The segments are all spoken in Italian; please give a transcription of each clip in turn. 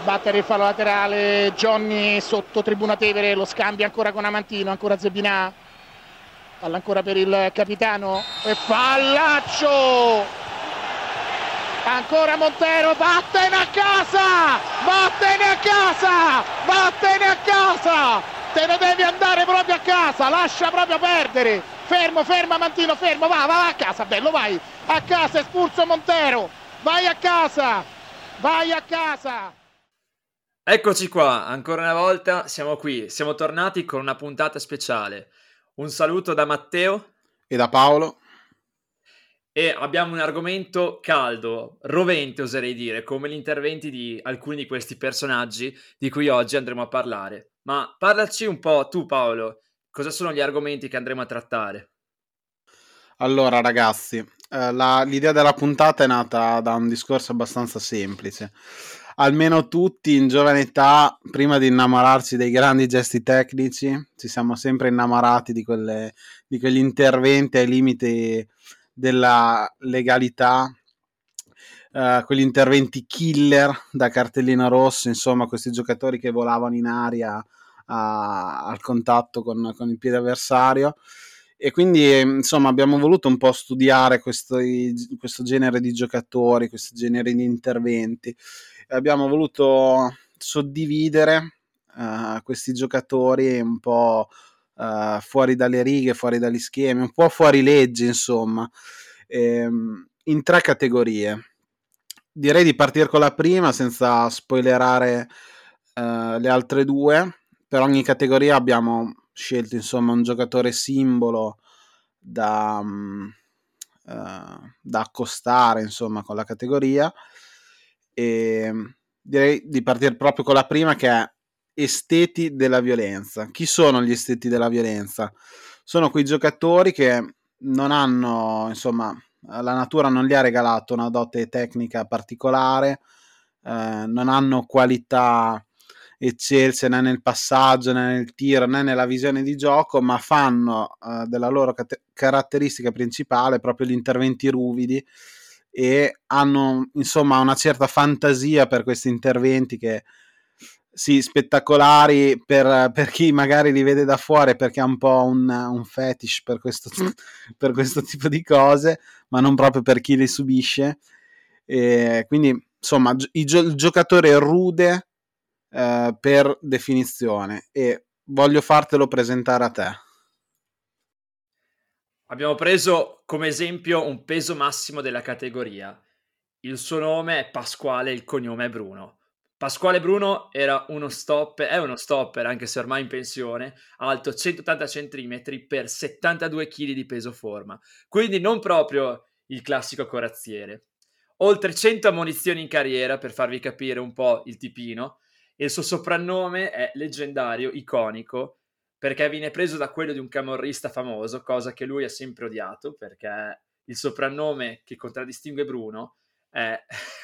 battere il fallo laterale. Johnny sotto tribuna Tevere, lo scambia ancora con Amantino, ancora Zebinà, palla ancora per il capitano e pallaccio ancora Montero, vattene a casa, vattene a casa, vattene a casa, te ne devi andare proprio a casa, lascia proprio perdere, fermo Amantino, fermo, va a casa, bello, vai a casa, espulso Montero, vai a casa, vai a casa. Eccoci qua, ancora una volta siamo qui, siamo tornati con una puntata speciale. Un saluto da Matteo e da Paolo. E abbiamo un argomento caldo, rovente oserei dire, come gli interventi di alcuni di questi personaggi di cui oggi andremo a parlare. Ma parlaci un po' tu Paolo, cosa sono gli argomenti che andremo a trattare? Allora ragazzi, l'idea della puntata è nata da un discorso abbastanza semplice. Almeno tutti in giovane età, prima di innamorarci dei grandi gesti tecnici, ci siamo sempre innamorati di quegli interventi ai limiti della legalità, quegli interventi killer da cartellino rosso, insomma questi giocatori che volavano in aria al contatto con il piede avversario. E quindi insomma abbiamo voluto un po' studiare questo genere di giocatori, questo genere di interventi, e abbiamo voluto suddividere questi giocatori un po' fuori dalle righe, fuori dagli schemi, un po' fuori legge, insomma, in 3 categorie. Direi di partire con la prima senza spoilerare le altre 2. Per ogni categoria abbiamo scelto insomma un giocatore simbolo da accostare insomma con la categoria, e direi di partire proprio con la prima, che è esteti della violenza. Chi sono gli esteti della violenza? Sono quei giocatori che non hanno, insomma, la natura non gli ha regalato una dote tecnica particolare, non hanno qualità eccelse né nel passaggio né nel tiro né nella visione di gioco, ma fanno della loro caratteristica principale proprio gli interventi ruvidi, e hanno insomma una certa fantasia per questi interventi che sì, spettacolari per chi magari li vede da fuori, perché ha un po' un fetish per questo tipo di cose, ma non proprio per chi li subisce. E quindi insomma il giocatore rude per definizione, e voglio fartelo presentare a te. Abbiamo preso come esempio un peso massimo della categoria. Il suo nome è Pasquale, il cognome è Bruno. Pasquale Bruno è uno stopper, anche se ormai in pensione, alto 180 cm per 72 kg di peso forma, quindi non proprio il classico corazziere. Oltre 100 ammonizioni in carriera, per farvi capire un po' il tipino, e il suo soprannome è leggendario, iconico, perché viene preso da quello di un camorrista famoso, cosa che lui ha sempre odiato, perché il soprannome che contraddistingue Bruno è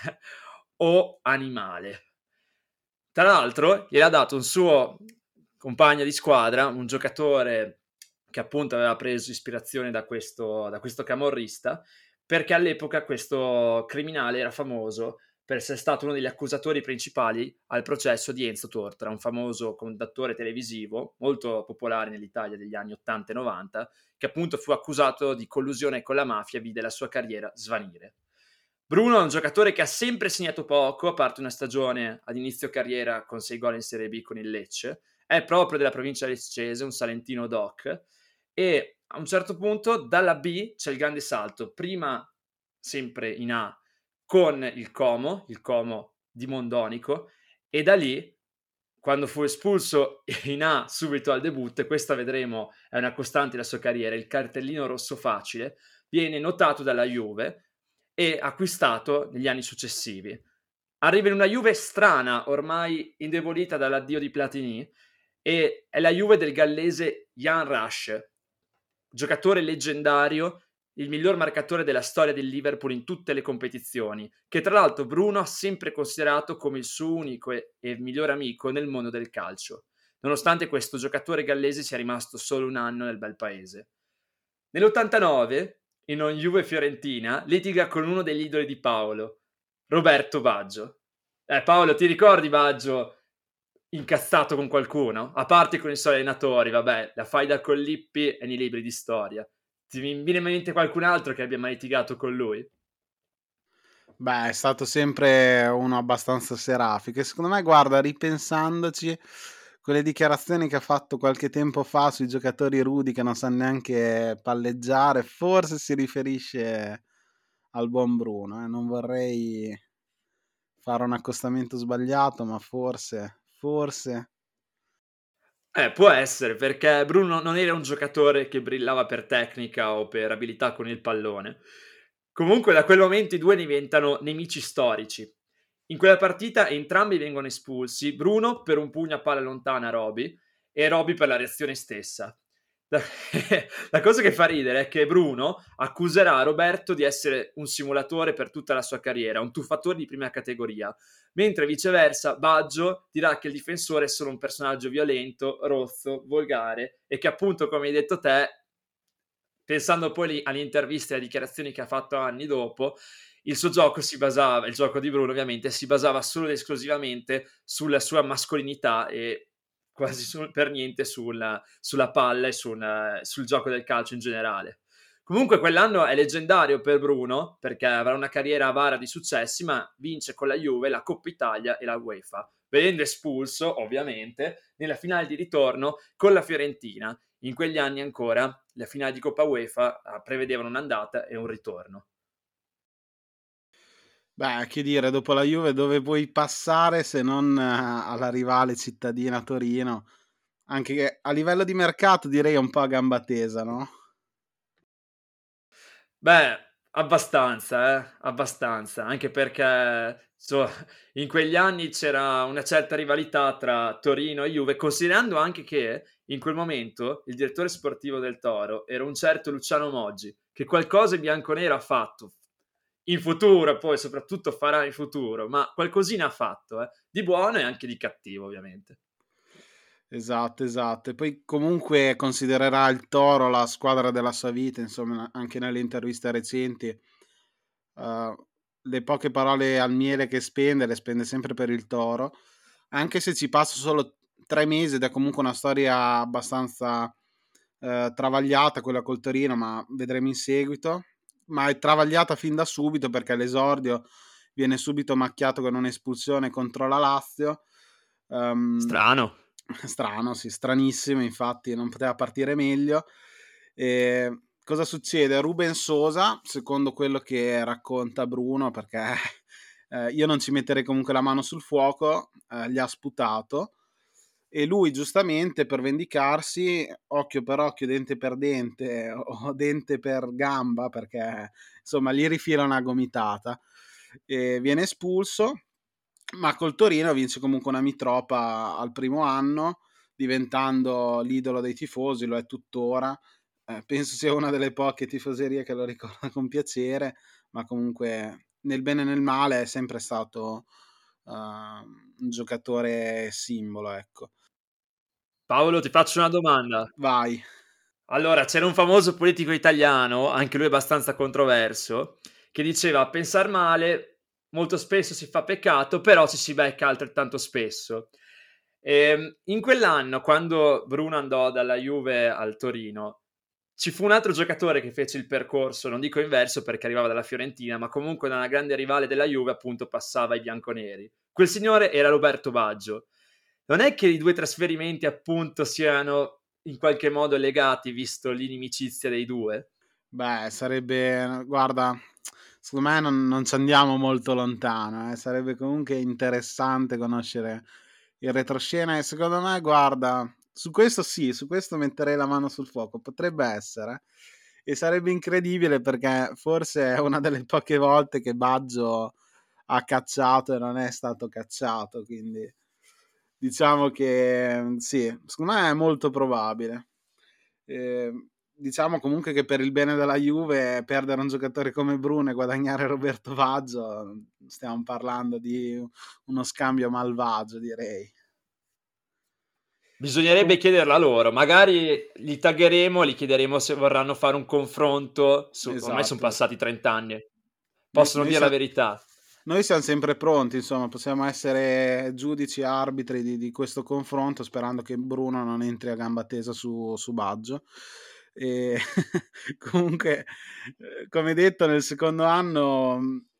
O animale. Tra l'altro gliel'ha dato un suo compagno di squadra, un giocatore che appunto aveva preso ispirazione da questo camorrista, perché all'epoca questo criminale era famoso per essere stato uno degli accusatori principali al processo di Enzo Tortora, un famoso conduttore televisivo molto popolare nell'Italia degli anni 80 e 90, che appunto fu accusato di collusione con la mafia e vide la sua carriera svanire. Bruno è un giocatore che ha sempre segnato poco, a parte una stagione ad inizio carriera con 6 gol in Serie B con il Lecce, è proprio della provincia leccese, un salentino doc, e a un certo punto dalla B c'è il grande salto, prima sempre in A con il Como di Mondonico, e da lì, quando fu espulso in A subito al debutto, e questa vedremo è una costante della sua carriera, il cartellino rosso facile, viene notato dalla Juve e acquistato negli anni successivi. Arriva in una Juve strana, ormai indebolita dall'addio di Platini, e è la Juve del gallese Jan Rasch, giocatore leggendario, il miglior marcatore della storia del Liverpool in tutte le competizioni, che tra l'altro Bruno ha sempre considerato come il suo unico e miglior amico nel mondo del calcio, nonostante questo giocatore gallese sia rimasto solo un anno nel bel paese. Nell'89, in un Juve Fiorentina, litiga con uno degli idoli di Paolo, Roberto Baggio. Paolo, ti ricordi Baggio incazzato con qualcuno? A parte con i suoi allenatori, vabbè, la faida con Lippi è nei libri di storia. Ti viene in mente qualcun altro che abbia mai litigato con lui? Beh, è stato sempre uno abbastanza serafico e secondo me, guarda, ripensandoci, quelle dichiarazioni che ha fatto qualche tempo fa sui giocatori rudi che non sanno neanche palleggiare, forse si riferisce al buon Bruno. Non vorrei fare un accostamento sbagliato, ma forse. Può essere, perché Bruno non era un giocatore che brillava per tecnica o per abilità con il pallone. Comunque da quel momento i due diventano nemici storici. In quella partita entrambi vengono espulsi, Bruno per un pugno a palla lontana a Roby e Roby per la reazione stessa. La, la cosa che fa ridere è che Bruno accuserà Roberto di essere un simulatore per tutta la sua carriera, un tuffatore di prima categoria, mentre viceversa Baggio dirà che il difensore è solo un personaggio violento, rozzo, volgare e che appunto, come hai detto te, pensando poi alle interviste e alle dichiarazioni che ha fatto anni dopo, il suo gioco si basava, il gioco di Bruno ovviamente, si basava solo ed esclusivamente sulla sua mascolinità e quasi per niente sulla palla e sul gioco del calcio in generale. Comunque quell'anno è leggendario per Bruno perché avrà una carriera avara di successi, ma vince con la Juve la Coppa Italia e la UEFA, venendo espulso ovviamente nella finale di ritorno con la Fiorentina. In quegli anni ancora le finali di Coppa UEFA prevedevano un'andata e un ritorno. Beh, che dire, dopo la Juve dove puoi passare se non alla rivale cittadina Torino? Anche che a livello di mercato direi un po' a gamba tesa, no? Beh, abbastanza, abbastanza, anche perché in quegli anni c'era una certa rivalità tra Torino e Juve, considerando anche che in quel momento il direttore sportivo del Toro era un certo Luciano Moggi, che qualcosa in bianconero ha fatto in futuro, poi soprattutto farà in futuro, ma qualcosina ha fatto, di buono e anche di cattivo, ovviamente. Esatto, esatto. E poi comunque considererà il Toro la squadra della sua vita, insomma, anche nelle interviste recenti. Le poche parole al miele che spende, le spende sempre per il Toro, anche se ci passa solo 3 mesi ed è comunque una storia abbastanza travagliata quella col Torino, ma vedremo in seguito. Ma è travagliata fin da subito perché l'esordio viene subito macchiato con un'espulsione contro la Lazio. Strano. Strano, sì, stranissimo, infatti non poteva partire meglio. Cosa succede? Ruben Sosa, secondo quello che racconta Bruno, perché io non ci metterei comunque la mano sul fuoco, gli ha sputato e lui giustamente per vendicarsi, occhio per occhio, dente per dente o dente per gamba, perché insomma gli rifila una gomitata, e viene espulso, ma col Torino vince comunque una Mitropa al primo anno, diventando l'idolo dei tifosi, lo è tuttora. Penso sia una delle poche tifoserie che lo ricorda con piacere, ma comunque nel bene e nel male è sempre stato un giocatore simbolo, ecco. Paolo, ti faccio una domanda. Vai. Allora, c'era un famoso politico italiano, anche lui abbastanza controverso, che diceva: "A pensar male molto spesso si fa peccato, però ci si becca altrettanto spesso". In quell'anno, quando Bruno andò dalla Juve al Torino, ci fu un altro giocatore che fece il percorso, non dico inverso perché arrivava dalla Fiorentina, ma comunque da una grande rivale della Juve, appunto, passava ai bianconeri. Quel signore era Roberto Baggio. Non è che i 2 trasferimenti, appunto, siano in qualche modo legati, visto l'inimicizia dei 2? Beh, sarebbe, guarda, secondo me non ci andiamo molto lontano, sarebbe comunque interessante conoscere il retroscena e secondo me, guarda, su questo sì, su questo metterei la mano sul fuoco, potrebbe essere. E sarebbe incredibile perché forse è una delle poche volte che Baggio ha cacciato e non è stato cacciato, quindi diciamo che sì, secondo me è molto probabile. Diciamo comunque che per il bene della Juve perdere un giocatore come Bruno e guadagnare Roberto Baggio, stiamo parlando di uno scambio malvagio, direi. Bisognerebbe chiederlo a loro, magari li taggheremo, li chiederemo se vorranno fare un confronto su ormai son Esatto. passati 30 anni. Noi, Possono noi dire la sia- verità. Noi siamo sempre pronti, insomma, possiamo essere giudici, arbitri di questo confronto, sperando che Bruno non entri a gamba tesa su Baggio. E comunque, come detto, nel secondo anno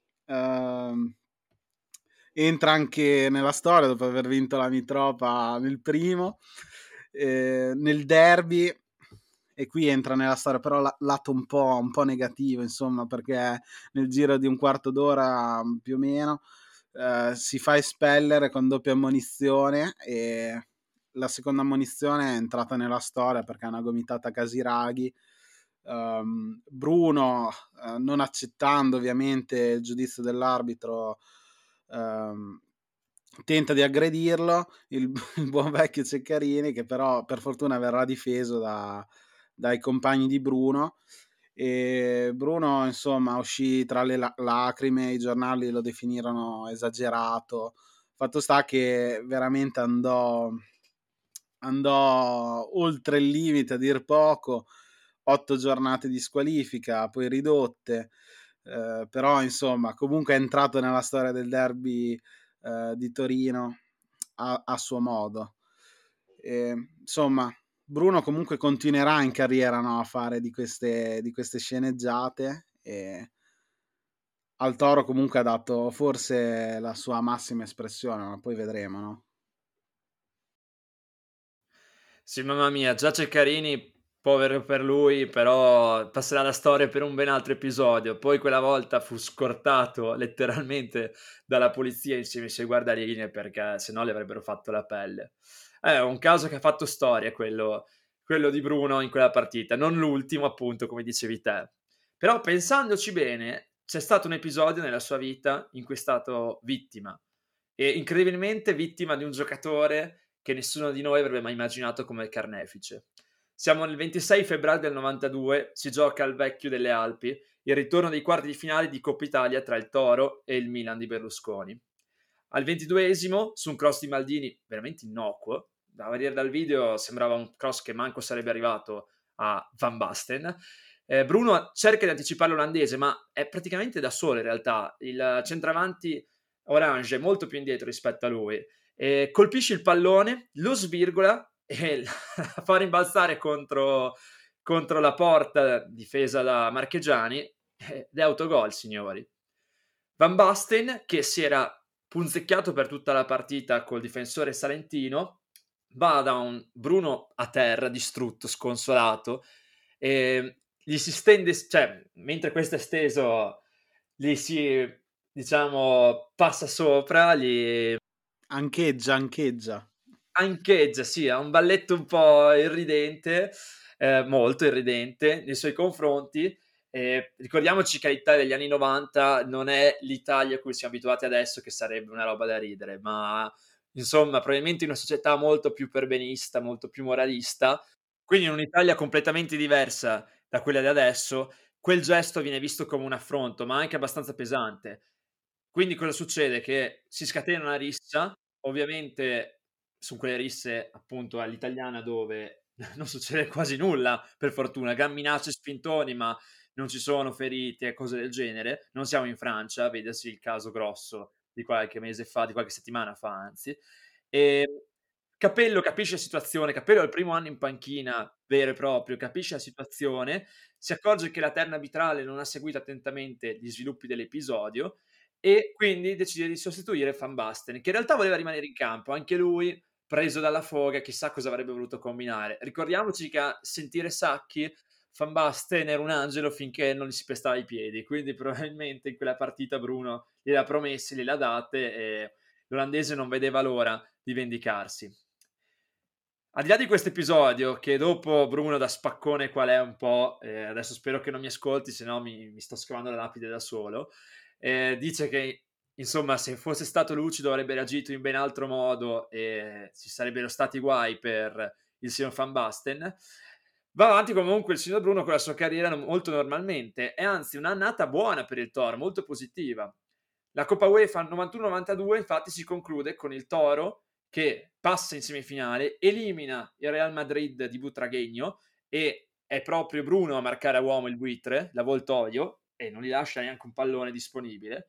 entra anche nella storia dopo aver vinto la Mitropa nel primo, nel derby, e qui entra nella storia però lato un po' negativo, insomma, perché nel giro di un quarto d'ora più o meno si fa espellere con doppia ammonizione, e la seconda ammonizione è entrata nella storia perché è una gomitata a Casiraghi. Bruno, non accettando ovviamente il giudizio dell'arbitro, tenta di aggredirlo, il buon vecchio Ceccarini, che però per fortuna verrà difeso dai compagni di Bruno. E Bruno, insomma, uscì tra le lacrime, i giornali lo definirono esagerato. Fatto sta che veramente andò oltre il limite, a dir poco. 8 giornate di squalifica, poi ridotte, però insomma comunque è entrato nella storia del derby di Torino a suo modo. Insomma, Bruno comunque continuerà in carriera, no, a fare di queste sceneggiate, e al Toro comunque ha dato forse la sua massima espressione, ma poi vedremo, no? Sì, mamma mia, già Ceccarini, povero per lui, però passerà alla storia per un ben altro episodio. Poi quella volta fu scortato letteralmente dalla polizia insieme ai suoi guardalinee, perché se no le avrebbero fatto la pelle. È un caso che ha fatto storia quello di Bruno in quella partita, non l'ultimo appunto come dicevi te. Però pensandoci bene, c'è stato un episodio nella sua vita in cui è stato vittima, e incredibilmente vittima di un giocatore che nessuno di noi avrebbe mai immaginato come carnefice. Siamo nel 26 febbraio del 92, si gioca al Vecchio delle Alpi, il ritorno dei quarti di finale di Coppa Italia tra il Toro e il Milan di Berlusconi. Al 22esimo, su un cross di Maldini veramente innocuo, da vedere dal video sembrava un cross che manco sarebbe arrivato a Van Basten, Bruno cerca di anticipare l'olandese, ma è praticamente da solo in realtà. Il centravanti Orange è molto più indietro rispetto a lui. Colpisce il pallone, lo svirgola e la fa rimbalzare contro la porta difesa da Marchegiani, ed è autogol, signori. Van Basten, che si era punzecchiato per tutta la partita col difensore salentino, va da un Bruno a terra, distrutto, sconsolato, e gli si stende, cioè, mentre questo è steso, gli si, diciamo, passa sopra, gli Ancheggia. ancheggia, sì, ha un balletto un po' irridente, molto irridente nei suoi confronti. Ricordiamoci che l'Italia degli anni 90 non è l'Italia a cui siamo abituati adesso, che sarebbe una roba da ridere, ma insomma, probabilmente in una società molto più perbenista, molto più moralista, quindi in un'Italia completamente diversa da quella di adesso, quel gesto viene visto come un affronto, ma anche abbastanza pesante. Quindi cosa succede? Che si scatena una rissa, ovviamente su quelle risse appunto all'italiana dove non succede quasi nulla, per fortuna, gran minacce, spintoni, ma non ci sono feriti e cose del genere. Non siamo in Francia, vedasi il caso Grosso di qualche mese fa, di qualche settimana fa anzi. Ehm, Capello capisce la situazione, Capello è il primo anno in panchina vero e proprio, capisce la situazione, si accorge che la terna arbitrale non ha seguito attentamente gli sviluppi dell'episodio e quindi decide di sostituire Van Basten, che in realtà voleva rimanere in campo, anche lui preso dalla foga, chissà cosa avrebbe voluto combinare. Ricordiamoci che a sentire Sacchi, Van Basten era un angelo finché non gli si pestava i piedi, quindi probabilmente in quella partita Bruno gliel'ha promesse, gliel'ha date e l'olandese non vedeva l'ora di vendicarsi. Al di là di questo episodio, che dopo Bruno da spaccone qual è un po', adesso spero che non mi ascolti, se no mi sto scavando la lapide da solo, dice che insomma se fosse stato lucido avrebbe reagito in ben altro modo e ci sarebbero stati guai per il signor Van Basten. Va avanti comunque il signor Bruno con la sua carriera molto normalmente, e anzi un'annata buona per il Toro, molto positiva. La Coppa UEFA 91-92 infatti si conclude con il Toro che passa in semifinale, elimina il Real Madrid di Butragueño e è proprio Bruno a marcare a uomo il buitre, l'avvoltoio, e non gli lascia neanche un pallone disponibile.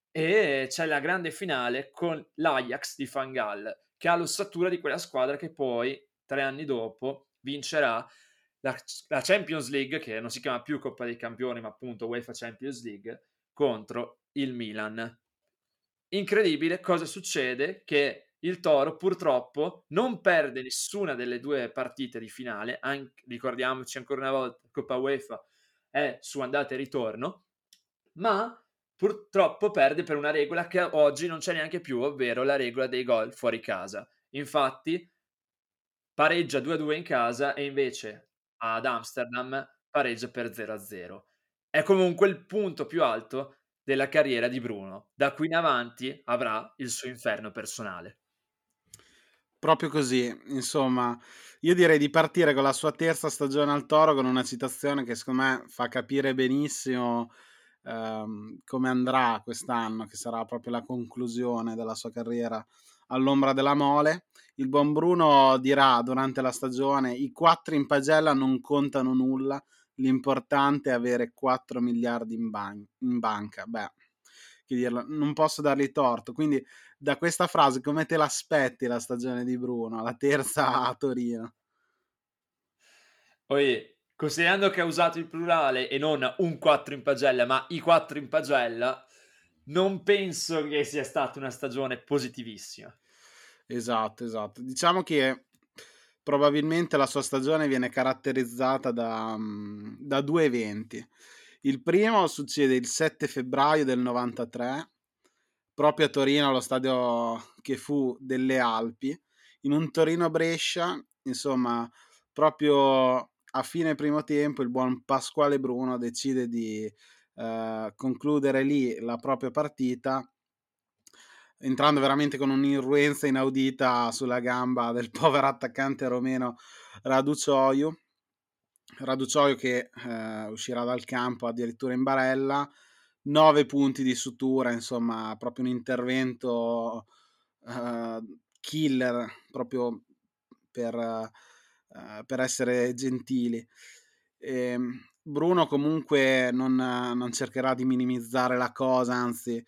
e c'è la grande finale con l'Ajax di Van Gaal, che ha l'ossatura di quella squadra che poi 3 anni dopo vincerà la Champions League, che non si chiama più Coppa dei Campioni, ma appunto UEFA Champions League, contro il Milan. Incredibile, cosa succede? Che il Toro purtroppo non perde nessuna delle 2 partite di finale, ricordiamoci ancora una volta, Coppa UEFA è su andata e ritorno, ma purtroppo perde per una regola che oggi non c'è neanche più, ovvero la regola dei gol fuori casa. Infatti pareggia 2-2 in casa e invece ad Amsterdam pareggia per 0-0. È comunque il punto più alto della carriera di Bruno. Da qui in avanti avrà il suo inferno personale. Proprio così, insomma, io direi di partire con la sua terza stagione al Toro con una citazione che secondo me fa capire benissimo come andrà quest'anno, che sarà proprio la conclusione della sua carriera all'ombra della Mole. Il buon Bruno dirà durante la stagione: i 4 in pagella non contano nulla, l'importante è avere 4 miliardi in banca. Beh, che dirlo, non posso dargli torto, quindi da questa frase come te l'aspetti la stagione di Bruno, la terza a Torino? Poi, considerando che ha usato il plurale e non un 4 in pagella, ma i 4 in pagella, non penso che sia stata una stagione positivissima. Esatto, esatto. Diciamo che probabilmente la sua stagione viene caratterizzata da 2 eventi. Il primo succede il 7 febbraio del 93, proprio a Torino, allo stadio che fu delle Alpi, in un Torino-Brescia, insomma, proprio a fine primo tempo il buon Pasquale Bruno decide di concludere lì la propria partita, entrando veramente con un'irruenza inaudita sulla gamba del povero attaccante romeno Raducioiu che uscirà dal campo addirittura in barella. 9 punti di sutura, insomma, proprio un intervento killer, proprio per essere gentili. Bruno comunque non cercherà di minimizzare la cosa, anzi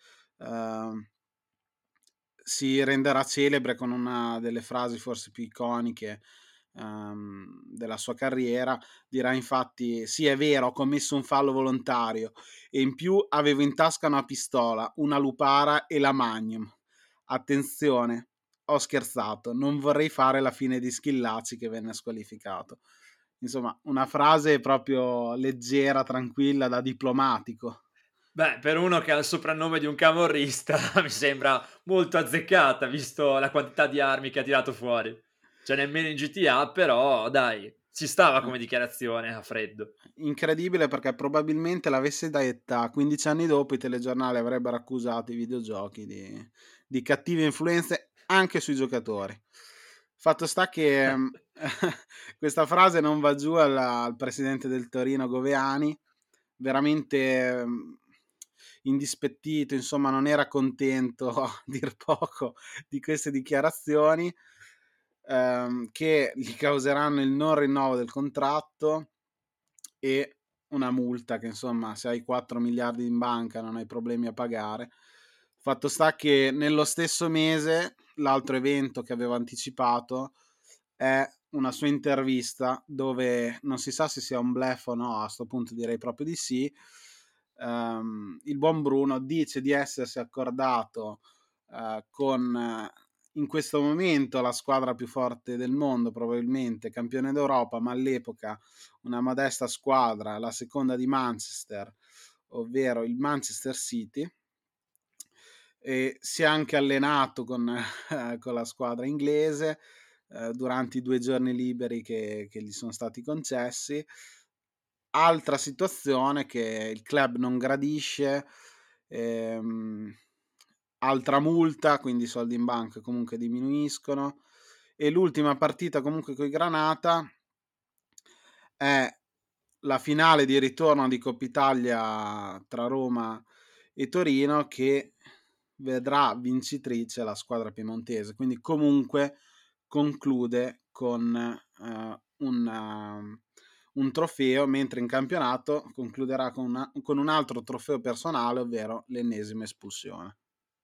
si renderà celebre con una delle frasi forse più iconiche della sua carriera. Dirà infatti: sì, è vero, ho commesso un fallo volontario e in più avevo in tasca una pistola, una lupara e la Magnum. Attenzione, ho scherzato, non vorrei fare la fine di Schillaci che venne squalificato. Insomma, una frase proprio leggera, tranquilla, da diplomatico. Beh, per uno che ha il soprannome di un camorrista mi sembra molto azzeccata, visto la quantità di armi che ha tirato fuori. Cioè nemmeno in GTA, però dai, ci stava come dichiarazione a freddo. Incredibile, perché probabilmente l'avesse detta 15 anni dopo i telegiornali avrebbero accusato i videogiochi di cattive influenze anche sui giocatori. Fatto sta che questa frase non va giù al presidente del Torino Goveani, veramente indispettito, insomma non era contento a dir poco di queste dichiarazioni che gli causeranno il non rinnovo del contratto e una multa che, insomma, se hai 4 miliardi in banca non hai problemi a pagare. Fatto sta che nello stesso mese l'altro evento che avevo anticipato è una sua intervista dove non si sa se sia un bluff o no, a sto punto direi proprio di sì. Il buon Bruno dice di essersi accordato con in questo momento la squadra più forte del mondo, probabilmente campione d'Europa, ma all'epoca una modesta squadra, la seconda di Manchester, ovvero il Manchester City, e si è anche allenato con la squadra inglese durante i 2 giorni liberi che gli sono stati concessi. Altra situazione che il club non gradisce, altra multa, quindi i soldi in banca comunque diminuiscono, e l'ultima partita comunque coi Granata è la finale di ritorno di Coppa Italia tra Roma e Torino, che vedrà vincitrice la squadra piemontese, quindi comunque conclude con un trofeo, mentre in campionato concluderà con un altro trofeo personale, ovvero l'ennesima espulsione.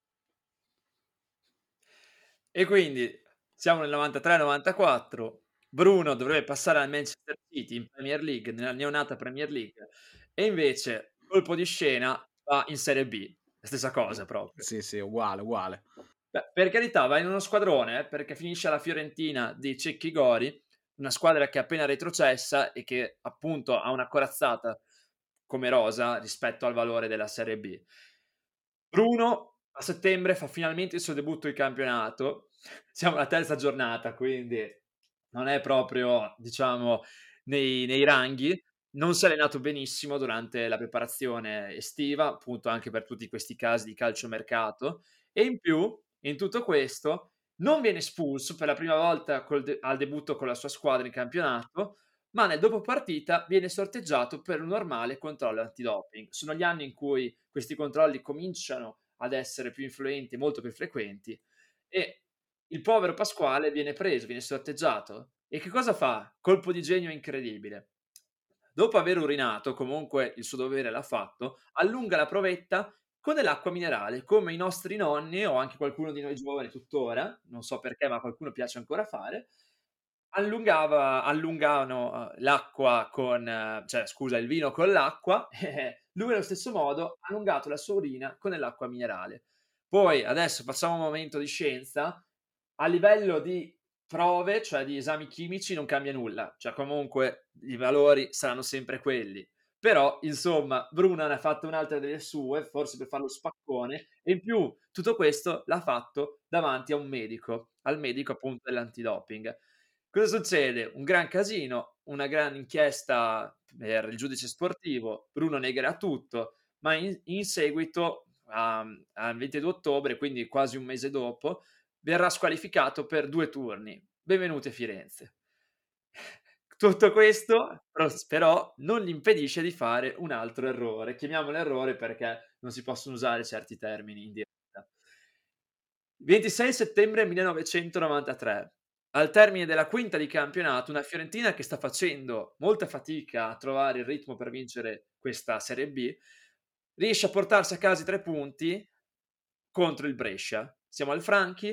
E quindi siamo nel 93-94, Bruno dovrebbe passare al Manchester City in Premier League, nella neonata Premier League, e invece colpo di scena va in Serie B, la stessa cosa proprio. Sì, uguale. Beh, per carità, va in uno squadrone, perché finisce alla Fiorentina di Cecchi Gori, una squadra che è appena retrocessa e che appunto ha una corazzata come rosa rispetto al valore della Serie B. Bruno a settembre fa finalmente il suo debutto in campionato. Siamo alla terza giornata, quindi non è proprio, diciamo, nei ranghi. Non si è allenato benissimo durante la preparazione estiva, appunto anche per tutti questi casi di calciomercato, e in più, in tutto questo, non viene espulso per la prima volta al debutto con la sua squadra in campionato, ma nel dopo partita viene sorteggiato per un normale controllo antidoping. Sono gli anni in cui questi controlli cominciano ad essere più influenti e molto più frequenti, e il povero Pasquale viene preso, viene sorteggiato. E che cosa fa? Colpo di genio incredibile. Dopo aver urinato, comunque il suo dovere l'ha fatto, allunga la provetta con dell'acqua minerale, come i nostri nonni o anche qualcuno di noi giovani tuttora, non so perché, ma a qualcuno piace ancora fare, allungavano l'acqua con, cioè scusa, il vino con l'acqua, lui allo stesso modo ha allungato la sua urina con dell'acqua minerale. Poi adesso facciamo un momento di scienza. A livello di prove, cioè di esami chimici, non cambia nulla, cioè comunque i valori saranno sempre quelli. Però, insomma, Bruna ne ha fatta un'altra delle sue, forse per fare lo spaccone, e in più tutto questo l'ha fatto davanti a un medico, al medico appunto dell'antidoping. Cosa succede? Un gran casino, una gran inchiesta per il giudice sportivo, Bruno negherà tutto, ma in seguito, al 22 ottobre, quindi quasi un mese dopo, verrà squalificato per 2 turni. Benvenuti a Firenze. Tutto questo però non gli impedisce di fare un altro errore. Chiamiamolo errore perché non si possono usare certi termini in diretta. 26 settembre 1993. Al termine della quinta di campionato, una Fiorentina che sta facendo molta fatica a trovare il ritmo per vincere questa Serie B, riesce a portarsi a casa i 3 punti contro il Brescia. Siamo al Franchi,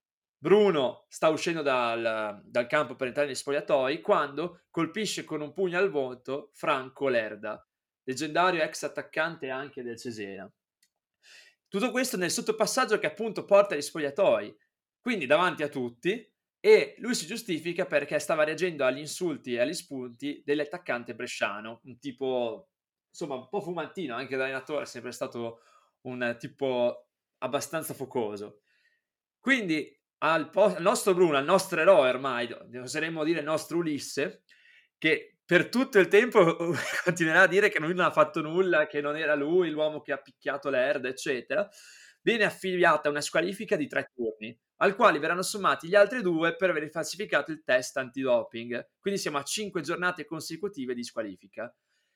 Bruno sta uscendo dal campo per entrare negli spogliatoi quando colpisce con un pugno al volto Franco Lerda, leggendario ex attaccante anche del Cesena. Tutto questo nel sottopassaggio che appunto porta agli spogliatoi, quindi davanti a tutti, e lui si giustifica perché stava reagendo agli insulti e agli spunti dell'attaccante bresciano, un tipo, insomma, un po' fumantino, anche da allenatore è sempre stato un tipo abbastanza focoso. Quindi al nostro Bruno, al nostro eroe ormai, oseremmo dire il nostro Ulisse, che per tutto il tempo continuerà a dire che lui non ha fatto nulla, che non era lui l'uomo che ha picchiato Lerda, eccetera, viene affiliata a una squalifica di 3 turni, al quali verranno sommati gli altri 2 per aver falsificato il test antidoping. Quindi siamo a 5 giornate consecutive di squalifica.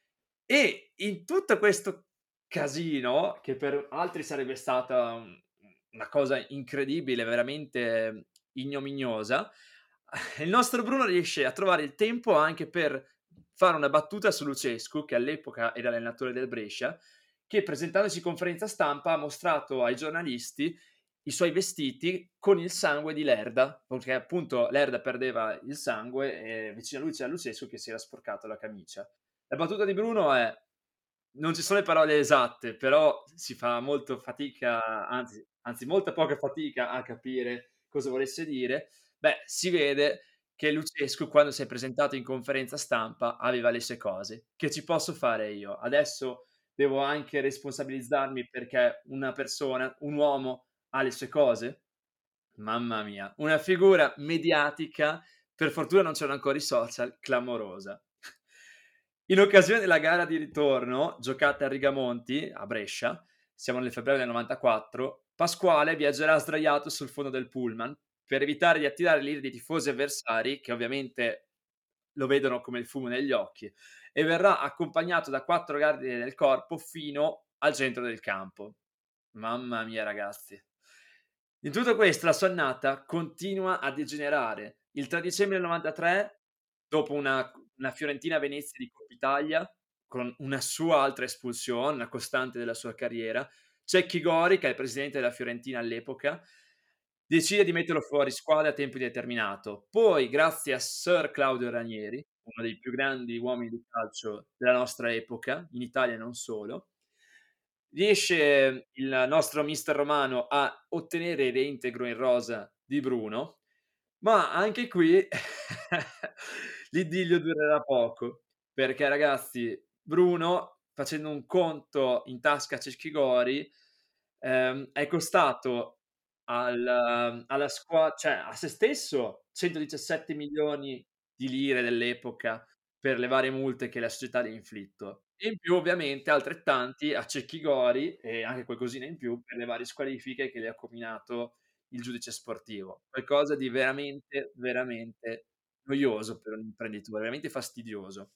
E in tutto questo casino, che per altri sarebbe stata una cosa incredibile, veramente ignominiosa, il nostro Bruno riesce a trovare il tempo anche per fare una battuta su Lucescu, che all'epoca era l'allenatore del Brescia, che presentandosi in conferenza stampa ha mostrato ai giornalisti i suoi vestiti con il sangue di Lerda, perché appunto Lerda perdeva il sangue e vicino a lui c'era Lucescu che si era sporcato la camicia. La battuta di Bruno è: non ci sono le parole esatte, però si fa molto fatica, anzi molta poca fatica a capire cosa volesse dire. Beh, si vede che Lucescu quando si è presentato in conferenza stampa aveva le sue cose. Che ci posso fare io? Adesso devo anche responsabilizzarmi perché una persona, un uomo ha le sue cose? Mamma mia, una figura mediatica, per fortuna non c'erano ancora i social, clamorosa. In occasione della gara di ritorno, giocata a Rigamonti, a Brescia, siamo nel febbraio del 94, Pasquale viaggerà sdraiato sul fondo del pullman per evitare di attirare l'ira dei tifosi avversari, che ovviamente lo vedono come il fumo negli occhi, e verrà accompagnato da 4 guardie del corpo fino al centro del campo. Mamma mia, ragazzi. In tutto questo, la sua annata continua a degenerare. Il 3 dicembre del 93, dopo una una Fiorentina-Venezia di Coppa Italia, con una sua altra espulsione, una costante della sua carriera. Cecchi Gori, che è il presidente della Fiorentina all'epoca, decide di metterlo fuori squadra a tempo indeterminato. Poi, grazie a Sir Claudio Ranieri, uno dei più grandi uomini di calcio della nostra epoca, in Italia e non solo, riesce il nostro mister romano a ottenere il reintegro in rosa di Bruno, ma anche qui l'idillio durerà poco, perché ragazzi, Bruno, facendo un conto in tasca a Cecchi Gori, è costato cioè a se stesso 117 milioni di lire dell'epoca per le varie multe che la società gli ha inflitto. E in più ovviamente altrettanti a Cecchi Gori e anche qualcosina in più per le varie squalifiche che le ha comminato il giudice sportivo. Qualcosa di veramente, veramente noioso per un imprenditore, veramente fastidioso.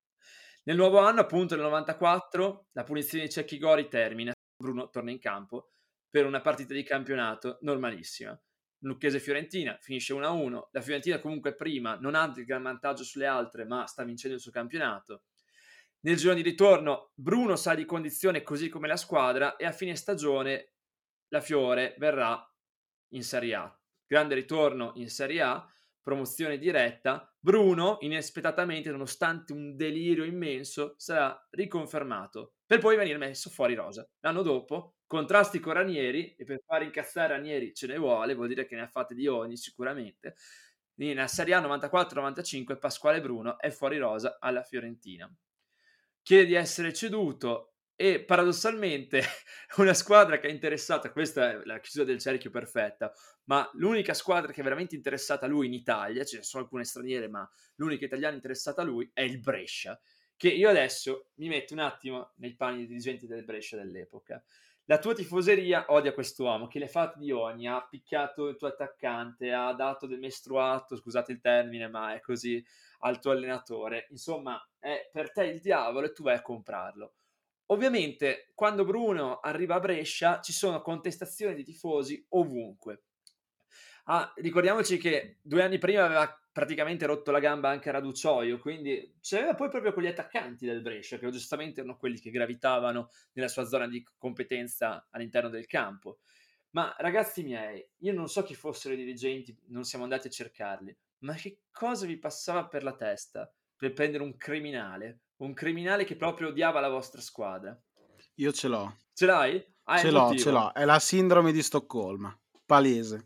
Nel nuovo anno, appunto nel 94, la punizione di Cecchi Gori termina, Bruno torna in campo per una partita di campionato normalissima. Lucchese-Fiorentina finisce 1-1, la Fiorentina comunque prima non ha il gran vantaggio sulle altre, ma sta vincendo il suo campionato. Nel girone di ritorno Bruno sale di condizione così come la squadra e a fine stagione la Fiore verrà in Serie A. Grande ritorno in Serie A, promozione diretta. Bruno, inaspettatamente, nonostante un delirio immenso, sarà riconfermato per poi venire messo fuori rosa. L'anno dopo, contrasti con Ranieri, e per far incazzare Ranieri ce ne vuole, vuol dire che ne ha fatte di ogni sicuramente. In Serie A 94-95 Pasquale Bruno è fuori rosa alla Fiorentina. Chiede di essere ceduto e paradossalmente una squadra che è interessata, questa è la chiusura del cerchio perfetta, ma l'unica squadra che è veramente interessata a lui in Italia, ce ne sono alcune straniere, ma l'unica italiana interessata a lui è il Brescia, che io adesso mi metto un attimo nei panni dei dirigenti del Brescia dell'epoca. La tua tifoseria odia quest'uomo che le ha fatte di ogni, ha picchiato il tuo attaccante, ha dato del mestruato, scusate il termine, ma è così, al tuo allenatore. Insomma, è per te il diavolo e tu vai a comprarlo. Ovviamente, quando Bruno arriva a Brescia, ci sono contestazioni di tifosi ovunque. Ricordiamoci che 2 anni prima aveva praticamente rotto la gamba anche a Raducioio, quindi c'aveva poi proprio con gli attaccanti del Brescia, che giustamente erano quelli che gravitavano nella sua zona di competenza all'interno del campo. Ma ragazzi miei, io non so chi fossero i dirigenti, non siamo andati a cercarli, ma che cosa vi passava per la testa per prendere un criminale che proprio odiava la vostra squadra? Io ce l'ho. Ce l'hai? Hai il Ce motivo? l'ho. È la sindrome di Stoccolma. Palese.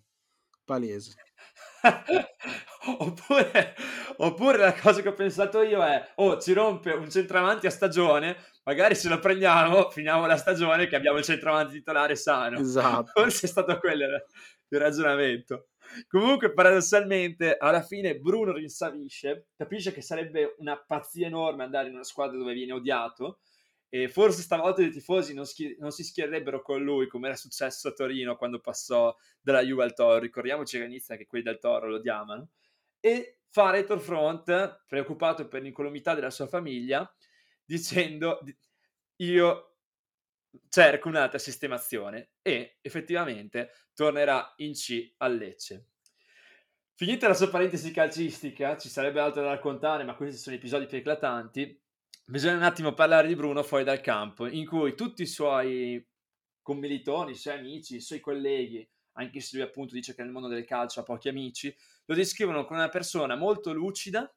oppure la cosa che ho pensato io è: oh, ci rompe un centravanti a stagione, magari se lo prendiamo, finiamo la stagione che abbiamo il centravanti titolare sano. Esatto. Forse è stato quello il ragionamento. Comunque, paradossalmente, alla fine Bruno rinsavisce, capisce che sarebbe una pazzia enorme andare in una squadra dove viene odiato, e forse stavolta i tifosi non si schiererebbero con lui, come era successo a Torino quando passò dalla Juve al Toro. Ricordiamoci all'inizio che quelli del Toro lo odiavano. E fa retrofront, preoccupato per l'incolumità della sua famiglia, dicendo: io cerco un'altra sistemazione, e effettivamente tornerà in C al Lecce. Finita la sua parentesi calcistica, ci sarebbe altro da raccontare, ma questi sono episodi più eclatanti. Bisogna un attimo parlare di Bruno fuori dal campo, in cui tutti i suoi commilitoni, i suoi amici, i suoi colleghi, anche se lui appunto dice che nel mondo del calcio ha pochi amici, lo descrivono come una persona molto lucida.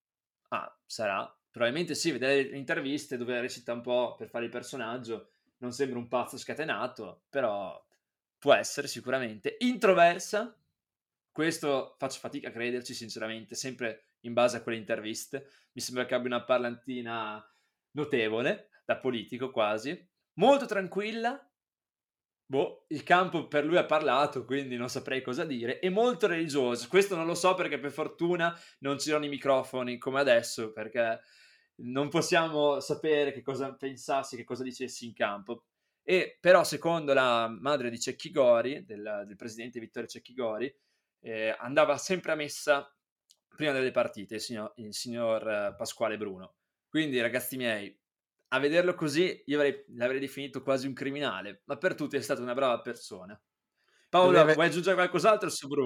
Sarà, probabilmente sì, vedere le interviste dove recita un po' per fare il personaggio, non sembra un pazzo scatenato, però può essere sicuramente. Introversa, questo faccio fatica a crederci sinceramente, sempre in base a quelle interviste. Mi sembra che abbia una parlantina notevole, da politico quasi. Molto tranquilla. Il campo per lui ha parlato, quindi non saprei cosa dire. E molto religioso. Questo non lo so perché per fortuna non c'erano i microfoni come adesso, perché non possiamo sapere che cosa pensassi, che cosa dicessi in campo. E però secondo la madre di Cecchi Gori, del presidente Vittorio Cecchi Gori, andava sempre a messa prima delle partite il signor Pasquale Bruno. Quindi ragazzi miei, a vederlo così io l'avrei definito quasi un criminale, ma per tutti è stata una brava persona. Paolo, vuoi aggiungere qualcos'altro su Bruno?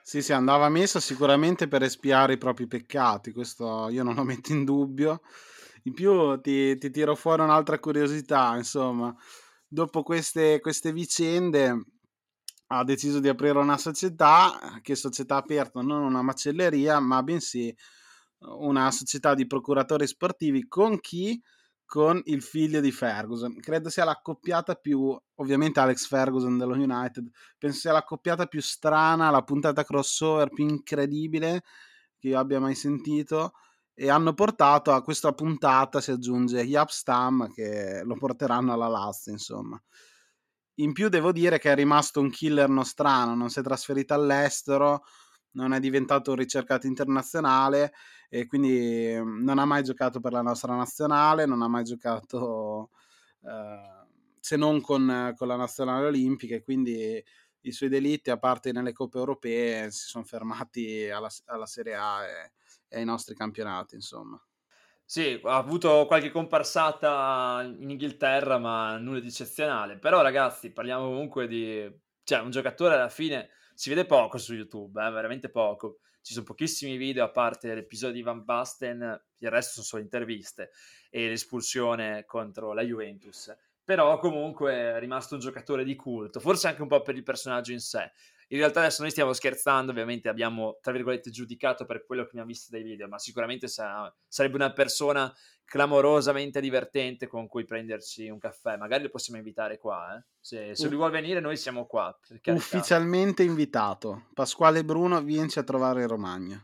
Sì, andava messo sicuramente per espiare i propri peccati, questo io non lo metto in dubbio. In più ti tiro fuori un'altra curiosità, insomma, dopo queste vicende ha deciso di aprire una società, che società aperta, non una macelleria, ma bensì una società di procuratori sportivi. Con chi? Con il figlio di Ferguson. Credo sia l'accoppiata più, ovviamente Alex Ferguson dello United, penso sia l'accoppiata più strana, la puntata crossover più incredibile che io abbia mai sentito, e hanno portato a questa puntata, si aggiunge Jaap Stam, che lo porteranno alla Lazio, insomma. In più devo dire che è rimasto un killer nostrano, non si è trasferito all'estero, non è diventato un ricercato internazionale e quindi non ha mai giocato per la nostra nazionale, non ha mai giocato se non con la nazionale olimpica, e quindi i suoi delitti, a parte nelle coppe europee, si sono fermati alla Serie A e ai nostri campionati, insomma. Sì, ha avuto qualche comparsata in Inghilterra, ma nulla di eccezionale. Però ragazzi, parliamo comunque di cioè un giocatore alla fine si vede poco su YouTube, veramente poco. Ci son pochissimi video a parte l'episodio di Van Basten, il resto son solo interviste e l'espulsione contro la Juventus. Però comunque è rimasto un giocatore di culto, forse anche un po' per il personaggio in sé. In realtà adesso noi stiamo scherzando, ovviamente abbiamo, tra virgolette, giudicato per quello che abbiamo visto dai video, ma sicuramente sarebbe una persona clamorosamente divertente con cui prenderci un caffè. Magari lo possiamo invitare qua, eh. Se lui vuol venire noi siamo qua, per carità. Ufficialmente invitato. Pasquale Bruno, vienici a trovare in Romagna.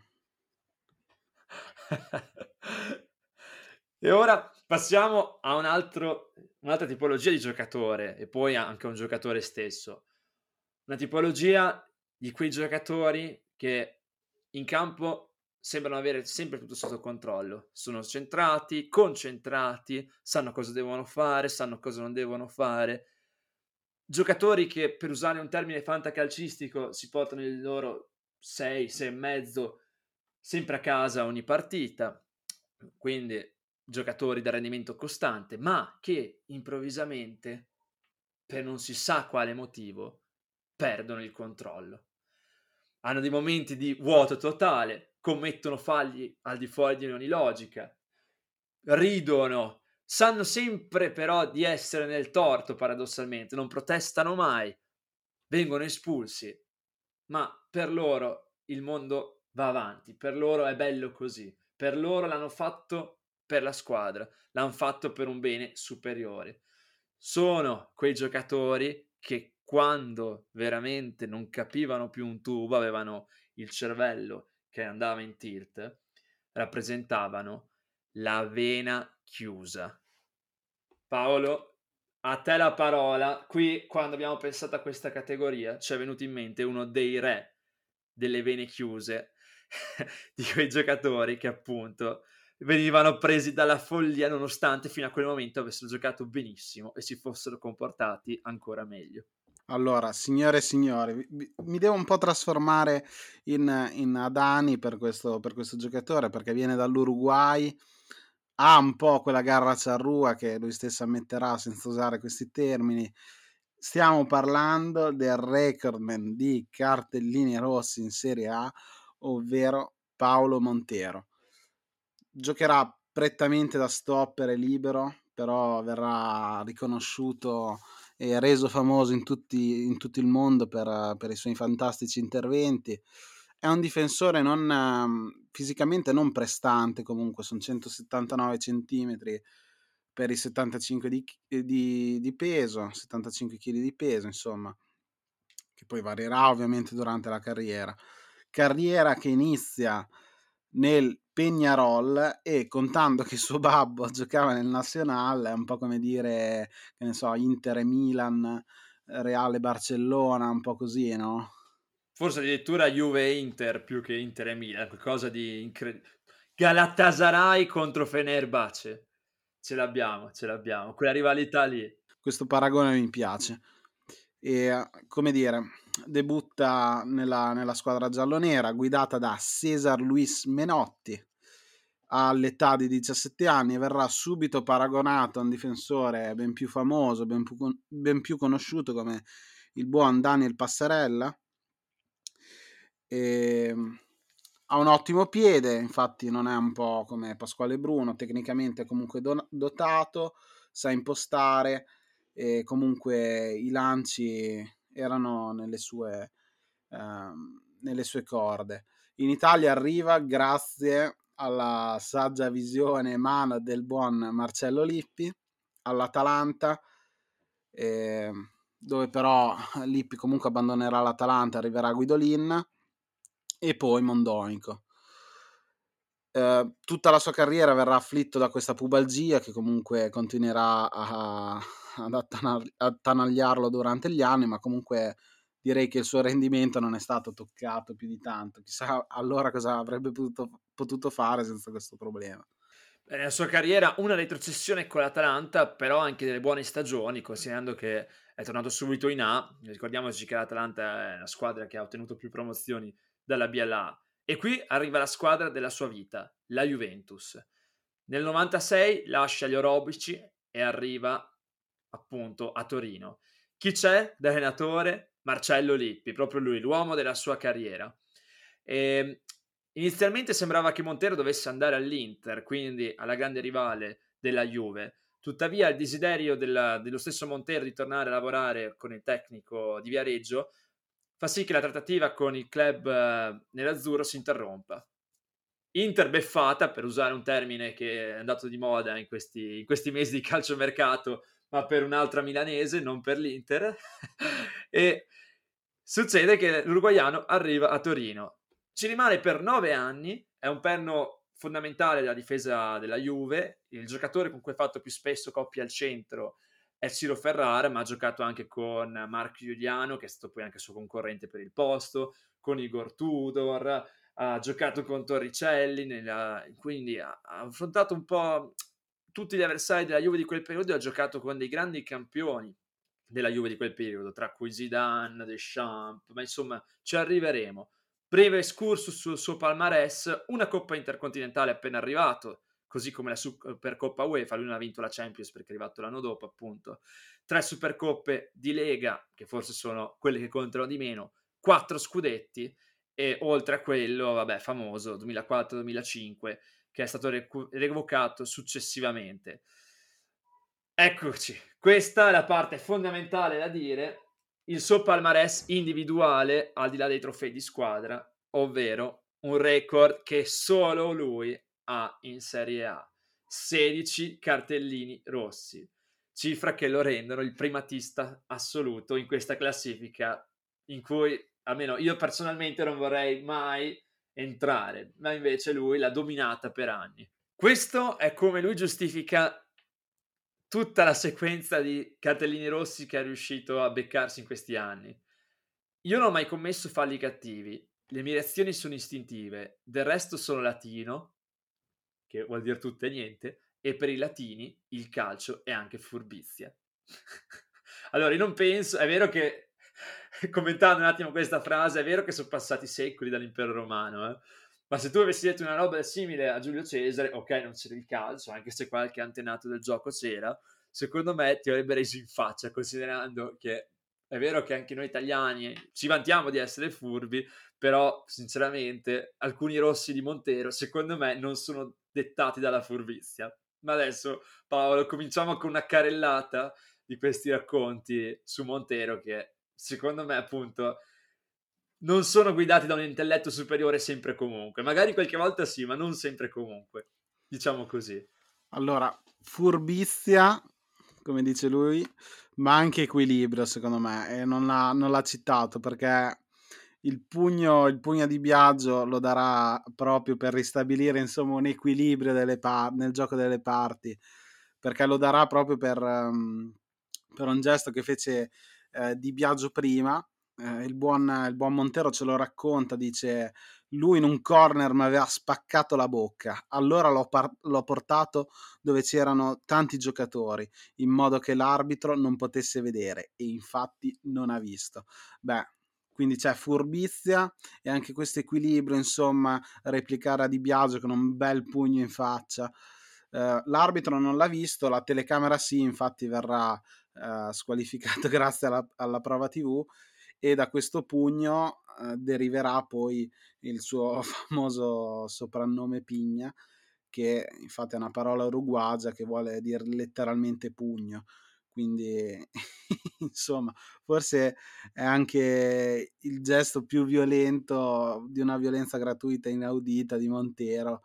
E ora passiamo a un'altra tipologia di giocatore e poi anche a un giocatore stesso. Una tipologia di quei giocatori che in campo sembrano avere sempre tutto sotto controllo. Sono centrati, concentrati, sanno cosa devono fare, sanno cosa non devono fare. Giocatori che, per usare un termine fantacalcistico, si portano il loro 6, 6 e mezzo sempre a casa ogni partita. Quindi giocatori da rendimento costante, ma che improvvisamente, per non si sa quale motivo, perdono il controllo. Hanno dei momenti di vuoto totale, commettono falli al di fuori di ogni logica, ridono, sanno sempre però di essere nel torto paradossalmente, non protestano mai, vengono espulsi, ma per loro il mondo va avanti, per loro è bello così, per loro l'hanno fatto per la squadra, l'han fatto per un bene superiore. Sono quei giocatori che quando veramente non capivano più un tubo, avevano il cervello che andava in tilt, rappresentavano la vena chiusa. Paolo, a te la parola. Qui, quando abbiamo pensato a questa categoria, ci è venuto in mente uno dei re delle vene chiuse, di quei giocatori che appunto venivano presi dalla follia nonostante fino a quel momento avessero giocato benissimo e si fossero comportati ancora meglio. Allora, signore e signori, mi devo un po' trasformare in Adani per questo giocatore, perché viene dall'Uruguay, ha un po' quella garra charrua che lui stesso ammetterà senza usare questi termini. Stiamo parlando del recordman di cartellini rossi in Serie A, ovvero Paolo Montero. Giocherà prettamente da stopper e libero, però verrà riconosciuto e reso famoso in tutto il mondo per i suoi fantastici interventi. È un difensore fisicamente non prestante, comunque sono 179 centimetri per i 75 di peso, 75 kg di peso, insomma, che poi varierà ovviamente durante la carriera che inizia nel Peñarol, e contando che suo babbo giocava nel Nacional, è un po' come dire, che ne so, Inter e Milan, Real e Barcellona, un po' così, no? Forse addirittura Juve e Inter più che Inter e Milan, qualcosa di Galatasaray contro Fenerbahce. Ce l'abbiamo, quella rivalità lì. Questo paragone mi piace. E come dire, debutta nella squadra giallonera guidata da Cesar Luis Menotti all'età di 17 anni, e verrà subito paragonato a un difensore ben più famoso, ben più conosciuto come il buon Daniel Passarella. Ha un ottimo piede, infatti non è un po' come Pasquale Bruno, tecnicamente comunque dotato, sa impostare e comunque i lanci erano nelle sue corde. In Italia arriva grazie alla saggia visione e mano del buon Marcello Lippi all'Atalanta, dove però Lippi comunque abbandonerà l'Atalanta, arriverà Guidolin e poi Mondonico. Tutta la sua carriera verrà afflitto da questa pubalgia che comunque continuerà ad attanagliarlo durante gli anni, ma comunque direi che il suo rendimento non è stato toccato più di tanto. Chissà allora cosa avrebbe potuto fare senza questo problema. Nella sua carriera una retrocessione con l'Atalanta, però anche delle buone stagioni, considerando che è tornato subito in A. Ricordiamoci che l'Atalanta è la squadra che ha ottenuto più promozioni dalla B alla A. E qui arriva la squadra della sua vita, la Juventus. Nel 96 lascia gli orobici e arriva appunto a Torino. Chi c'è da allenatore? Marcello Lippi, proprio lui, l'uomo della sua carriera. Inizialmente sembrava che Montero dovesse andare all'Inter, quindi alla grande rivale della Juve. Tuttavia il desiderio dello stesso Montero di tornare a lavorare con il tecnico di Viareggio fa sì che la trattativa con il club nerazzurro si interrompa. Inter beffata, per usare un termine che è andato di moda in questi mesi di calciomercato, ma per un'altra milanese, non per l'Inter. E succede che l'uruguaiano arriva a Torino. Ci rimane per 9 anni, è un perno fondamentale della difesa della Juve, il giocatore con cui ha fatto più spesso coppie al centro è Ciro Ferrara, ma ha giocato anche con Marco Giuliano, che è stato poi anche suo concorrente per il posto, con Igor Tudor, ha giocato con Torricelli, quindi ha affrontato un po' tutti gli avversari della Juve di quel periodo e ha giocato con dei grandi campioni della Juve di quel periodo, tra cui Zidane, Deschamps, ma insomma ci arriveremo. Breve excursus sul suo palmarès, una Coppa Intercontinentale appena arrivato, così come la Supercoppa UEFA, lui non ha vinto la Champions perché è arrivato l'anno dopo appunto, 3 Supercoppe di Lega, che forse sono quelle che contano di meno, 4 scudetti e oltre a quello, vabbè, famoso, 2004-2005, che è stato revocato successivamente. Eccoci, questa è la parte fondamentale da dire, il suo palmarès individuale al di là dei trofei di squadra, ovvero un record che solo lui ha in Serie A, 16 cartellini rossi, cifra che lo rendono il primatista assoluto in questa classifica in cui almeno io personalmente non vorrei mai entrare, ma invece lui l'ha dominata per anni. Questo è come lui giustifica tutta la sequenza di cartellini rossi che è riuscito a beccarsi in questi anni. Io non ho mai commesso falli cattivi, le mie reazioni sono istintive, del resto sono latino, che vuol dire tutto e niente, e per i latini il calcio è anche furbizia. Allora, io non penso, è vero che, commentando un attimo questa frase, è vero che sono passati secoli dall'impero romano, ma se tu avessi detto una roba simile a Giulio Cesare, ok, non c'era il calcio, anche se qualche antenato del gioco c'era, secondo me ti avrebbe reso in faccia, considerando che è vero che anche noi italiani ci vantiamo di essere furbi, però sinceramente alcuni rossi di Montero secondo me non sono dettati dalla furbizia. Ma adesso Paolo cominciamo con una carrellata di questi racconti su Montero che secondo me appunto non sono guidati da un intelletto superiore sempre e comunque, magari qualche volta sì, ma non sempre e comunque, diciamo così. Allora, furbizia, come dice lui, ma anche equilibrio secondo me, e non l'ha citato perché il pugno di Biagio lo darà proprio per ristabilire insomma un equilibrio nel gioco delle parti, perché lo darà proprio per un gesto che fece Di Biagio prima. Il buon Montero ce lo racconta, dice: lui in un corner mi aveva spaccato la bocca, allora l'ho portato dove c'erano tanti giocatori in modo che l'arbitro non potesse vedere, e infatti non ha visto. Beh, quindi c'è furbizia e anche questo equilibrio, insomma, replicare a Di Biagio con un bel pugno in faccia. L'arbitro non l'ha visto, la telecamera sì, infatti verrà squalificato grazie alla prova TV, e da questo pugno deriverà poi il suo famoso soprannome Pigna, che infatti è una parola uruguagia che vuole dire letteralmente pugno. Quindi insomma, forse è anche il gesto più violento di una violenza gratuita inaudita di Montero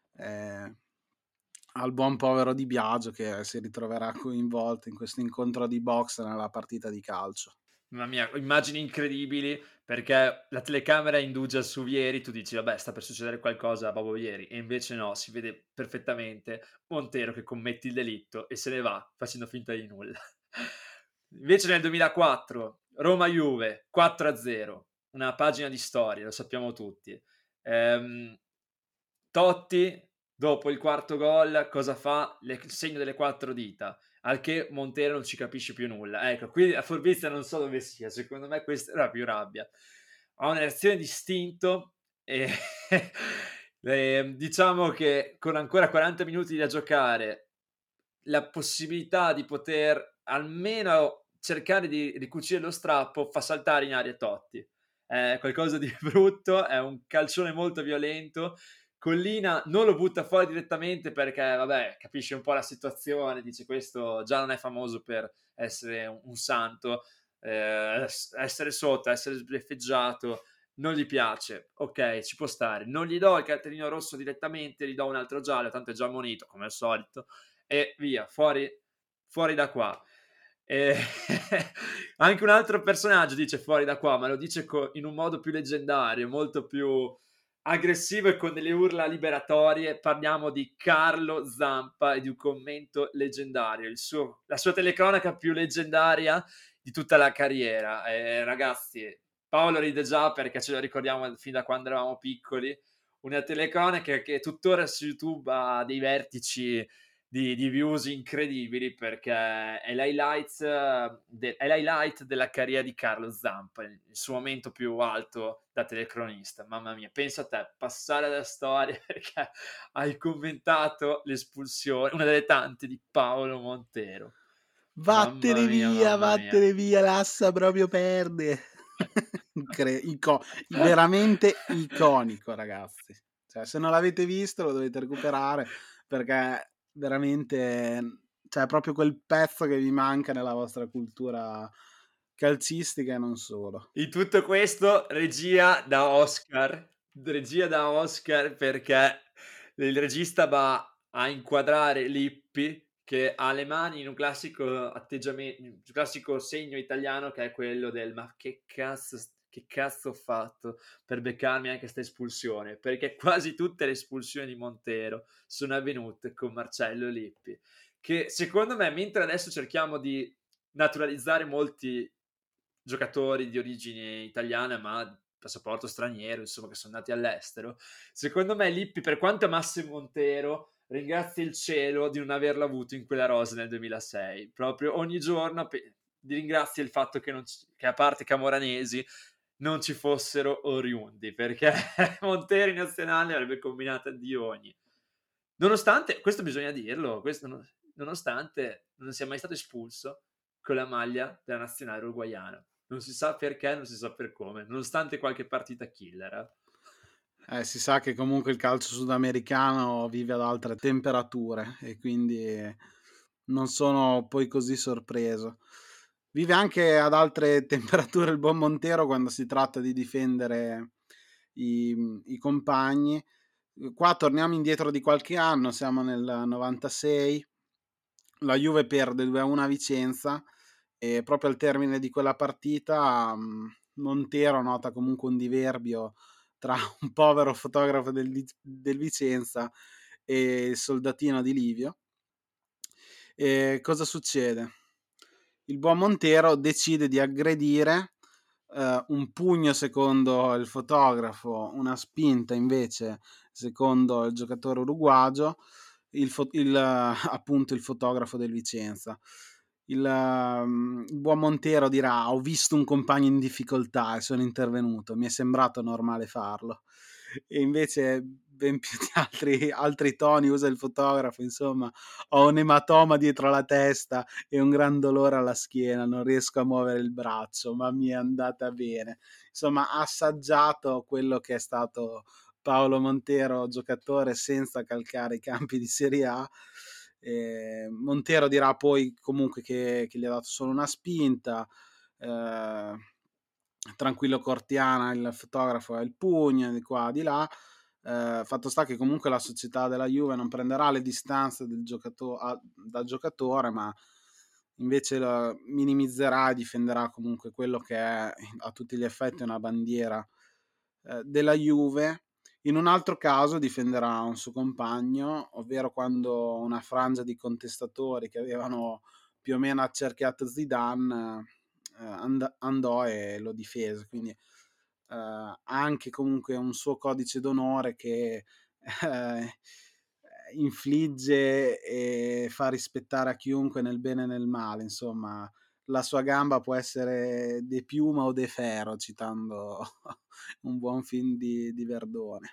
al buon povero Di Biagio, che si ritroverà coinvolto in questo incontro di box nella partita di calcio. Mamma mia, immagini incredibili, perché la telecamera indugia su Vieri, tu dici: "Vabbè, sta per succedere qualcosa a Bobo Vieri", e invece no, si vede perfettamente Montero che commette il delitto e se ne va facendo finta di nulla. Invece nel 2004 Roma-Juve 4-0, una pagina di storia, lo sappiamo tutti. Ehm, Totti dopo il quarto gol cosa fa? Il segno delle 4 dita, al che Montero non ci capisce più nulla. Ecco, qui la furbizia non so dove sia, secondo me questa era più rabbia. Ha una reazione di istinto e diciamo che con ancora 40 minuti da giocare, la possibilità di poter almeno cercare di ricucire lo strappo fa saltare in aria Totti. È qualcosa di brutto, è un calcione molto violento. Collina non lo butta fuori direttamente perché, vabbè, capisce un po' la situazione, dice questo già non è famoso per essere un santo, essere sotto, essere sbeffeggiato, non gli piace, ok, ci può stare. Non gli do il cartellino rosso direttamente, gli do un altro giallo, tanto è già ammonito, come al solito, e via, fuori da qua. E anche un altro personaggio dice fuori da qua, ma lo dice in un modo più leggendario, molto più aggressivo e con delle urla liberatorie. Parliamo di Carlo Zampa e di un commento leggendario, la sua telecronaca più leggendaria di tutta la carriera. Ragazzi, Paolo ride già perché ce lo ricordiamo fin da quando eravamo piccoli, una telecronaca che tuttora su YouTube ha dei vertici di views incredibili, perché è l'highlight della carriera di Carlo Zampa, il suo momento più alto da telecronista. Mamma mia, pensa a te, passare alla storia perché hai commentato l'espulsione, una delle tante, di Paolo Montero. Vattene Mamma mia. via, Lassa proprio perde. Veramente iconico, ragazzi. Cioè, se non l'avete visto lo dovete recuperare, perché veramente, cioè, è proprio quel pezzo che vi manca nella vostra cultura calcistica e non solo. In tutto questo, regia da Oscar, perché il regista va a inquadrare Lippi che ha le mani in un classico classico segno italiano, che è quello del "ma che cazzo ho fatto per beccarmi anche sta espulsione?", perché quasi tutte le espulsioni di Montero sono avvenute con Marcello Lippi, che secondo me, mentre adesso cerchiamo di naturalizzare molti giocatori di origine italiana ma di passaporto straniero, insomma, che sono nati all'estero, secondo me Lippi, per quanto amasse Montero, ringrazia il cielo di non averlo avuto in quella rosa nel 2006. Proprio ogni giorno ringrazia il fatto che a parte Camoranesi non ci fossero oriundi, perché Montero in nazionale avrebbe combinato di ogni. Nonostante, questo bisogna dirlo, nonostante non sia mai stato espulso con la maglia della nazionale uruguaiana. Non si sa perché, non si sa per come, nonostante qualche partita killer. Si sa che comunque il calcio sudamericano vive ad altre temperature e quindi non sono poi così sorpreso. Vive anche ad altre temperature il buon Montero quando si tratta di difendere i compagni. Qua torniamo indietro di qualche anno, siamo nel 96, la Juve perde 2-1 a Vicenza e proprio al termine di quella partita Montero nota comunque un diverbio tra un povero fotografo del Vicenza e il soldatino di Livio. E cosa succede? Il buon Montero decide di aggredire, un pugno secondo il fotografo, una spinta invece secondo il giocatore uruguagio, appunto il fotografo del Vicenza. Il buon Montero dirà: ho visto un compagno in difficoltà e sono intervenuto, mi è sembrato normale farlo. e invece ben più di altri toni usa il fotografo. Insomma, ho un ematoma dietro la testa e un gran dolore alla schiena, non riesco a muovere il braccio, ma mi è andata bene. Insomma, ha assaggiato quello che è stato Paolo Montero, giocatore senza calcare i campi di Serie A. Montero dirà poi comunque che gli ha dato solo una spinta. Tranquillo Cortiana, il fotografo, ha il pugno di qua di là. Fatto sta che comunque la società della Juve non prenderà le distanze dal giocatore, ma invece minimizzerà e difenderà comunque quello che è a tutti gli effetti una bandiera della Juve. In un altro caso difenderà un suo compagno, ovvero quando una frangia di contestatori che avevano più o meno accerchiato Zidane andò e lo difese. Quindi ha anche comunque un suo codice d'onore che infligge e fa rispettare a chiunque nel bene e nel male. Insomma, la sua gamba può essere de piuma o de ferro, citando un buon film di Verdone.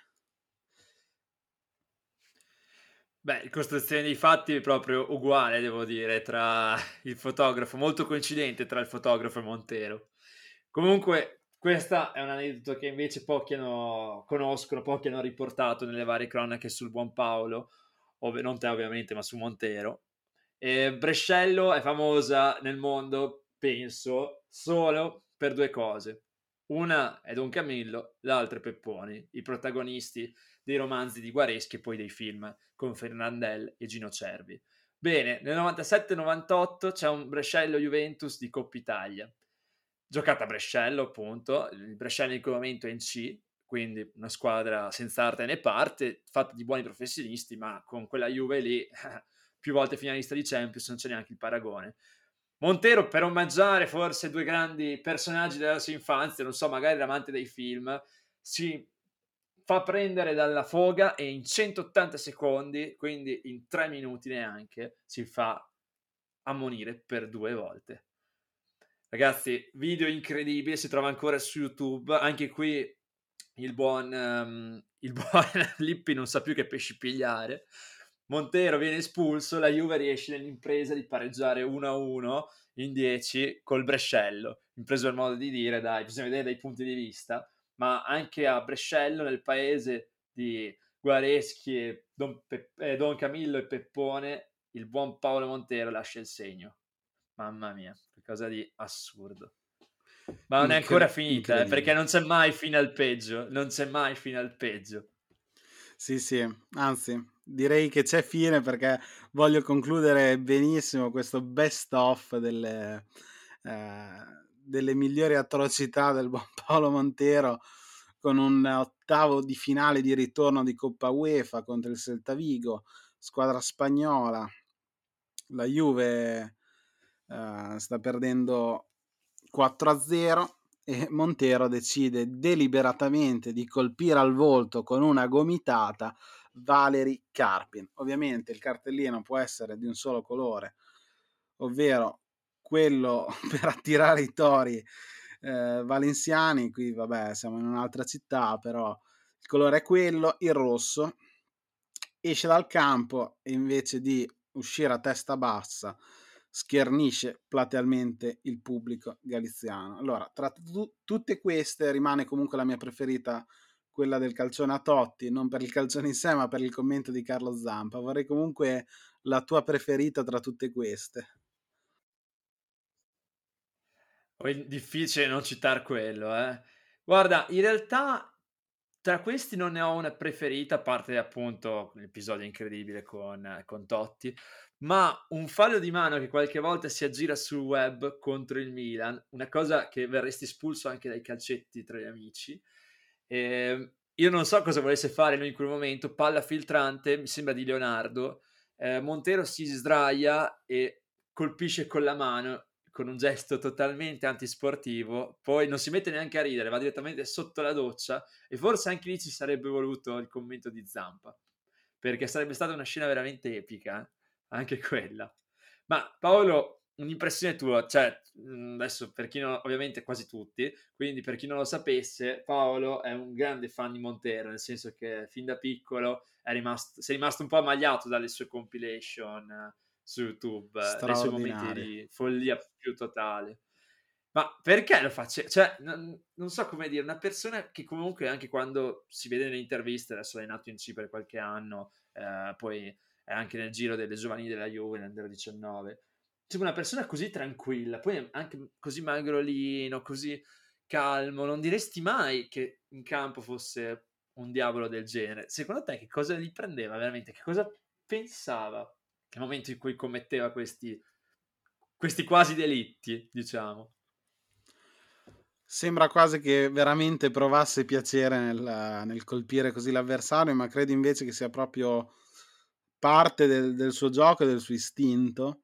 Beh, costruzione dei fatti è proprio uguale, devo dire, tra il fotografo, molto coincidente tra il fotografo e Montero. Comunque, questa è un aneddoto che invece pochi conoscono, pochi hanno riportato nelle varie cronache sul buon Paolo, non te ovviamente, ma su Montero. Brescello è famosa nel mondo, penso, solo per due cose. Una è Don Camillo, l'altra è Pepponi, i protagonisti dei romanzi di Guareschi e poi dei film con Fernandel e Gino Cervi. Bene, nel 97-98 c'è un Brescello-Juventus di Coppa Italia, giocata a Brescello appunto, il Brescello in quel momento è in C, quindi una squadra senza arte né parte, fatta di buoni professionisti, ma con quella Juve lì, più volte finalista di Champions, non c'è neanche il paragone. Montero, per omaggiare forse due grandi personaggi della sua infanzia, non so, magari l'amante dei film, si fa prendere dalla foga e in 180 secondi, quindi in 3 minuti neanche, si fa ammonire per 2 volte. Ragazzi, video incredibile, si trova ancora su YouTube, anche qui il buon Lippi non sa più che pesci pigliare. Montero viene espulso, la Juve riesce nell'impresa di pareggiare 1-1 in 10 col Brescello. Impreso il modo di dire, dai, bisogna vedere dai punti di vista, ma anche a Brescello, nel paese di Guareschi e Don Camillo e Peppone, il buon Paolo Montero lascia il segno. Mamma mia, qualcosa di assurdo. Ma non è ancora finita, perché non c'è mai fine al peggio, non c'è mai fine al peggio. Sì, sì, anzi, direi che c'è fine, perché voglio concludere benissimo questo best of delle migliori atrocità del buon Paolo Montero, con un ottavo di finale di ritorno di Coppa UEFA contro il Celta Vigo, squadra spagnola. La Juve sta perdendo 4-0 e Montero decide deliberatamente di colpire al volto con una gomitata Valery Karpin. Ovviamente il cartellino può essere di un solo colore, ovvero quello per attirare i tori valenziani. Qui vabbè, siamo in un'altra città, però il colore è quello, il rosso. Esce dal campo e invece di uscire a testa bassa schernisce platealmente il pubblico galiziano. Allora, tra tutte queste rimane comunque la mia preferita, quella del calcione a Totti, non per il calcione in sé, ma per il commento di Carlo Zampa. Vorrei comunque la tua preferita tra tutte queste. Poi difficile non citar quello, eh. Guarda, in realtà tra questi non ne ho una preferita, a parte appunto l'episodio incredibile con Totti, ma un fallo di mano che qualche volta si aggira sul web contro il Milan, una cosa che verresti espulso anche dai calcetti tra gli amici. Io non so cosa volesse fare lui in quel momento, palla filtrante, mi sembra di Leonardo, Montero si sdraia e colpisce con la mano, con un gesto totalmente antisportivo, poi non si mette neanche a ridere, va direttamente sotto la doccia, e forse anche lì ci sarebbe voluto il commento di Zampa, perché sarebbe stata una scena veramente epica, anche quella. Ma Paolo, un'impressione tua, cioè adesso per chi non, ovviamente quasi tutti, quindi per chi non lo sapesse, Paolo è un grande fan di Montero, nel senso che fin da piccolo si è rimasto un po' ammagliato dalle sue compilation su YouTube, dai suoi momenti Straordinario. di follia più totale. Ma perché lo face? Cioè, non so come dire, una persona che comunque anche quando si vede nelle interviste, adesso è nato in C per qualche anno, poi è anche nel giro delle giovanili della Juve, nel 19, sembra una persona così tranquilla, poi anche così magrolino, così calmo, non diresti mai che in campo fosse un diavolo del genere. Secondo te che cosa gli prendeva veramente? Che cosa pensava nel momento in cui commetteva questi quasi delitti, diciamo? Sembra quasi che veramente provasse piacere nel colpire così l'avversario, ma credo invece che sia proprio parte del suo gioco e del suo istinto,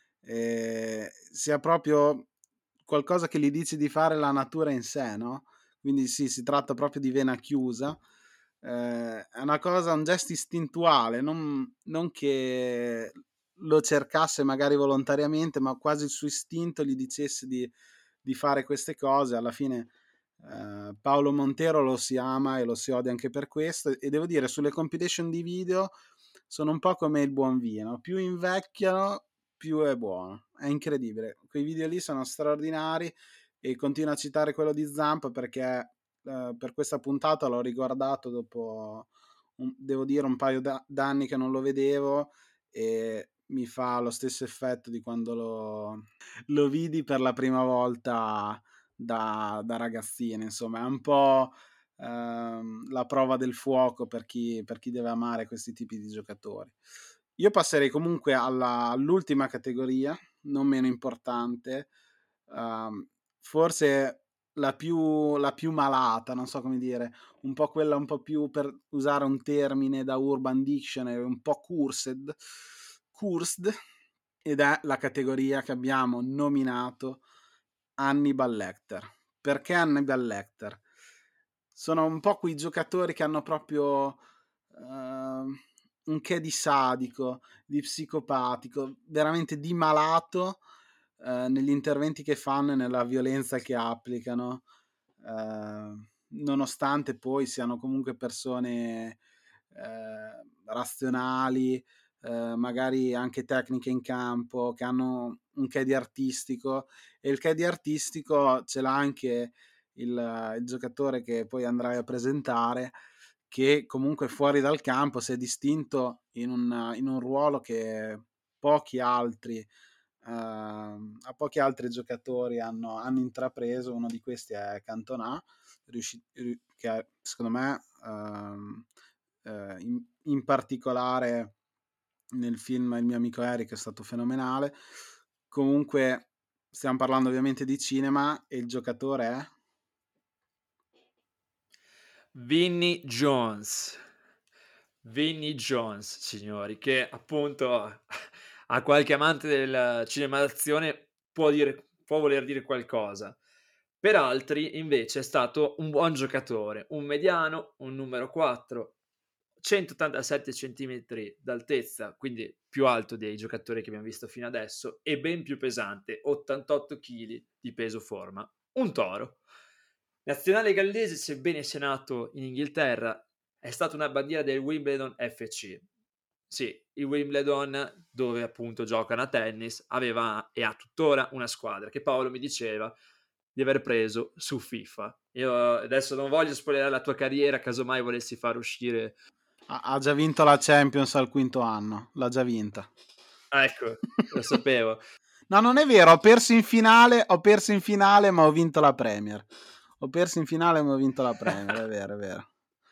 sia proprio qualcosa che gli dice di fare la natura in sé, no? Quindi sì, si tratta proprio di vena chiusa, è una cosa, un gesto istintuale, non che lo cercasse magari volontariamente, ma quasi il suo istinto gli dicesse di fare queste cose. Alla fine Paolo Montero lo si ama e lo si odia anche per questo, e devo dire, sulle compilation di video sono un po' come il buon vino, più invecchiano più è buono, è incredibile, quei video lì sono straordinari, e continuo a citare quello di Zampa perché per questa puntata l'ho riguardato dopo devo dire un paio d'anni che non lo vedevo, e mi fa lo stesso effetto di quando lo vidi per la prima volta da ragazzino. Insomma, è un po' la prova del fuoco per chi deve amare questi tipi di giocatori. Io passerei comunque all'ultima categoria, non meno importante, forse la più malata, non so come dire, un po' quella un po' più, per usare un termine da Urban Dictionary, un po' cursed, ed è la categoria che abbiamo nominato Hannibal Lecter. Perché Hannibal Lecter? Sono un po' quei giocatori che hanno proprio un che di sadico, di psicopatico, veramente di malato negli interventi che fanno e nella violenza che applicano, nonostante poi siano comunque persone razionali, magari anche tecniche in campo, che hanno un che di artistico, e il che di artistico ce l'ha anche il giocatore che poi andrai a presentare, che comunque fuori dal campo si è distinto in un ruolo che pochi altri a pochi altri giocatori hanno intrapreso. Uno di questi è Cantona, che secondo me in particolare nel film Il mio amico Eric è stato fenomenale. Comunque stiamo parlando ovviamente di cinema, e il giocatore è Vinnie Jones. Vinnie Jones, signori, che appunto a qualche amante del cinema d'azione può voler dire qualcosa. Per altri invece è stato un buon giocatore, un mediano, un numero 4, 187 centimetri d'altezza, quindi più alto dei giocatori che abbiamo visto fino adesso, e ben più pesante, 88 kg di peso forma. Un toro. Nazionale gallese, sebbene sia nato in Inghilterra, è stata una bandiera del Wimbledon FC. Sì, il Wimbledon, dove appunto giocano a tennis, aveva e ha tuttora una squadra che Paolo mi diceva di aver preso su FIFA. Io adesso non voglio spoilerare la tua carriera, casomai volessi far uscire. ha già vinto la Champions al quinto anno, l'ha già vinta. Ecco, lo sapevo. No, non è vero, ho perso in finale, ma ho vinto la Premier. Ho perso in finale, ma ho vinto la Premier, è vero, è vero.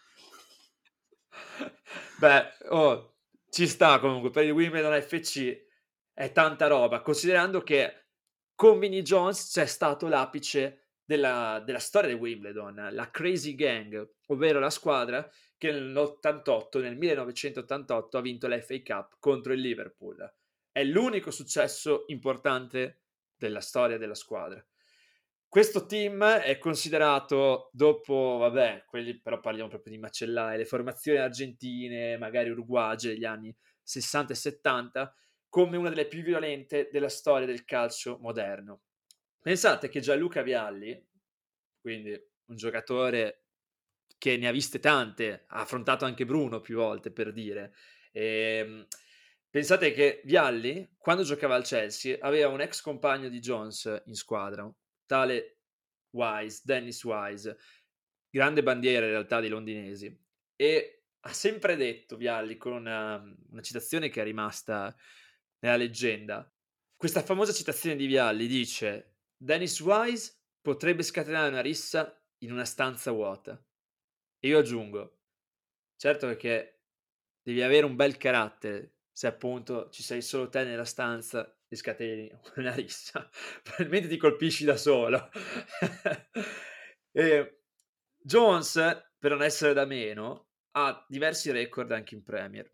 Beh, ci sta comunque, per il Wimbledon FC è tanta roba, considerando che con Vinnie Jones c'è stato l'apice della storia del Wimbledon, la Crazy Gang, ovvero la squadra che nel 1988 ha vinto l'FA Cup contro il Liverpool. È l'unico successo importante della storia della squadra. Questo team è considerato, dopo, vabbè, quelli però parliamo proprio di macellai, le formazioni argentine, magari uruguagie degli anni 60 e 70, come una delle più violente della storia del calcio moderno. Pensate che Gianluca Vialli, quindi un giocatore che ne ha viste tante, ha affrontato anche Bruno più volte, per dire. Pensate che Vialli, quando giocava al Chelsea, aveva un ex compagno di Jones in squadra, tale Wise, Dennis Wise, grande bandiera in realtà dei londinesi, e ha sempre detto Vialli, con una citazione che è rimasta nella leggenda, questa famosa citazione di Vialli dice: Dennis Wise potrebbe scatenare una rissa in una stanza vuota. E io aggiungo, certo che devi avere un bel carattere se appunto ci sei solo te nella stanza e scateni una rissa, probabilmente ti colpisci da solo. Jones, per non essere da meno, ha diversi record anche in Premier.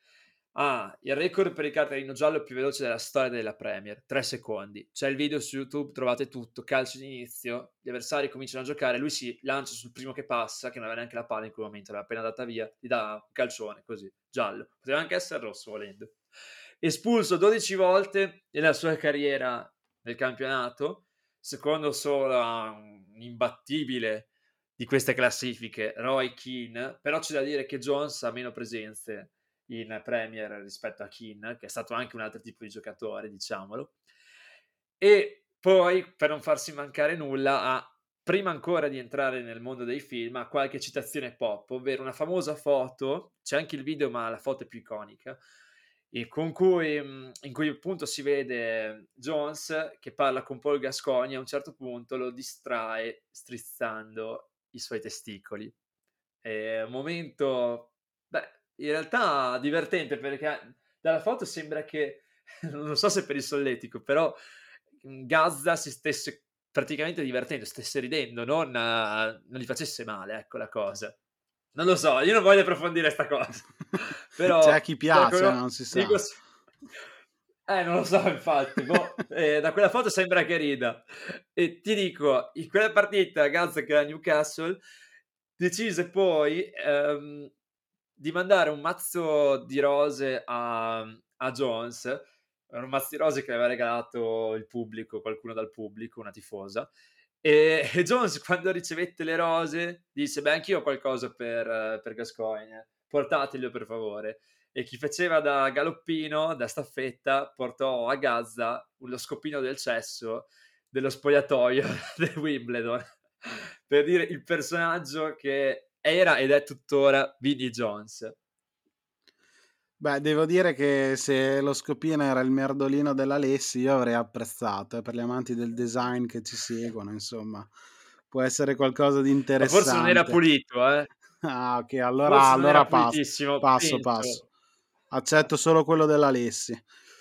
Il record per il cartellino giallo più veloce della storia della Premier, 3 secondi. C'è il video su YouTube, trovate tutto, calcio d'inizio, gli avversari cominciano a giocare, lui si lancia sul primo che passa, che non aveva neanche la palla in quel momento, l'aveva appena data via, gli dà un calcione, così, giallo. Poteva anche essere rosso volendo. Espulso 12 volte nella sua carriera nel campionato, secondo solo a un imbattibile di queste classifiche, Roy Keane, però c'è da dire che Jones ha meno presenze in Premier rispetto a Keane, che è stato anche un altro tipo di giocatore, diciamolo. E poi, per non farsi mancare nulla, prima ancora di entrare nel mondo dei film, ha qualche citazione pop, ovvero una famosa foto, c'è anche il video ma la foto è più iconica, in cui appunto si vede Jones che parla con Paul Gascoigne e a un certo punto lo distrae strizzando i suoi testicoli. È un momento, in realtà divertente, perché dalla foto sembra che, non so se per il solletico, però Gazza si stesse praticamente divertendo, stesse ridendo, non gli facesse male, ecco la cosa. Non lo so, io non voglio approfondire sta cosa, però c'è a chi piace, non si sa. Non lo so, infatti, da quella foto sembra che rida. E ti dico, in quella partita Gazza, che era Newcastle, decise poi di mandare un mazzo di rose a Jones, un mazzo di rose che aveva regalato il pubblico, qualcuno dal pubblico, una tifosa, e Jones, quando ricevette le rose, disse: beh, anch'io ho qualcosa per Gascoigne, portatelo per favore. E chi faceva da galoppino, da staffetta, portò a Gazza lo scopino del cesso dello spogliatoio del Wimbledon, per dire il personaggio che era ed è tuttora Vinnie Jones. Beh, devo dire che se lo scopino era il merdolino dell'Alessi, io avrei apprezzato, per gli amanti del design che ci seguono, insomma, può essere qualcosa di Ma interessante. forse non era pulito, Ah, ok, Forse non allora era passo, pulitissimo, passo. penso. Accetto solo quello dell'Alessi.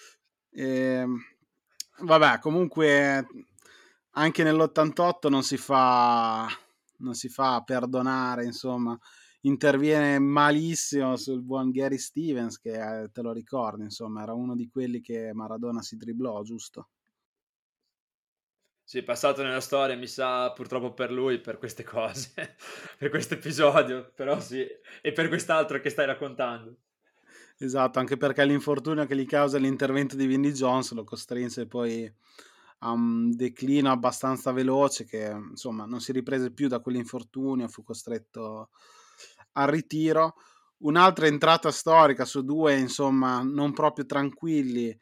Vabbè, comunque anche nell'88 non si fa perdonare, insomma, interviene malissimo sul buon Gary Stevens, che te lo ricordi, insomma, era uno di quelli che Maradona si dribblò, giusto? Sì, è passato nella storia, mi sa, purtroppo per lui, per queste cose, per questo episodio, però sì, e per quest'altro che stai raccontando. Esatto, anche perché l'infortunio che gli causa l'intervento di Vinnie Jones lo costrinse poi a un declino abbastanza veloce, che insomma non si riprese più da quell'infortunio, fu costretto al ritiro. Un'altra entrata storica su due, insomma, non proprio tranquilli,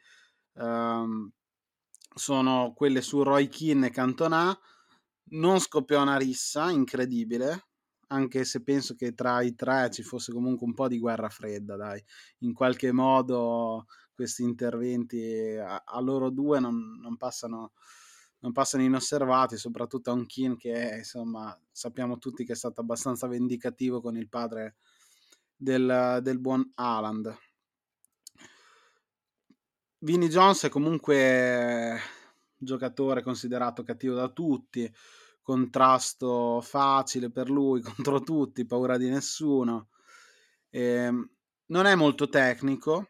sono quelle su Roy Keane e Cantona. Non scoppiò una rissa, incredibile, anche se penso che tra i tre ci fosse comunque un po' di guerra fredda, dai. In qualche modo questi interventi a loro due non passano inosservati, soprattto a un Keane che insomma sappiamo tutti che è stato abbastanza vendicativo con il padre del buon Haaland. Vinnie Jones è comunque giocatore considerato cattivo da tutti, contrasto facile per lui contro tutti, paura di nessuno. Non è molto tecnico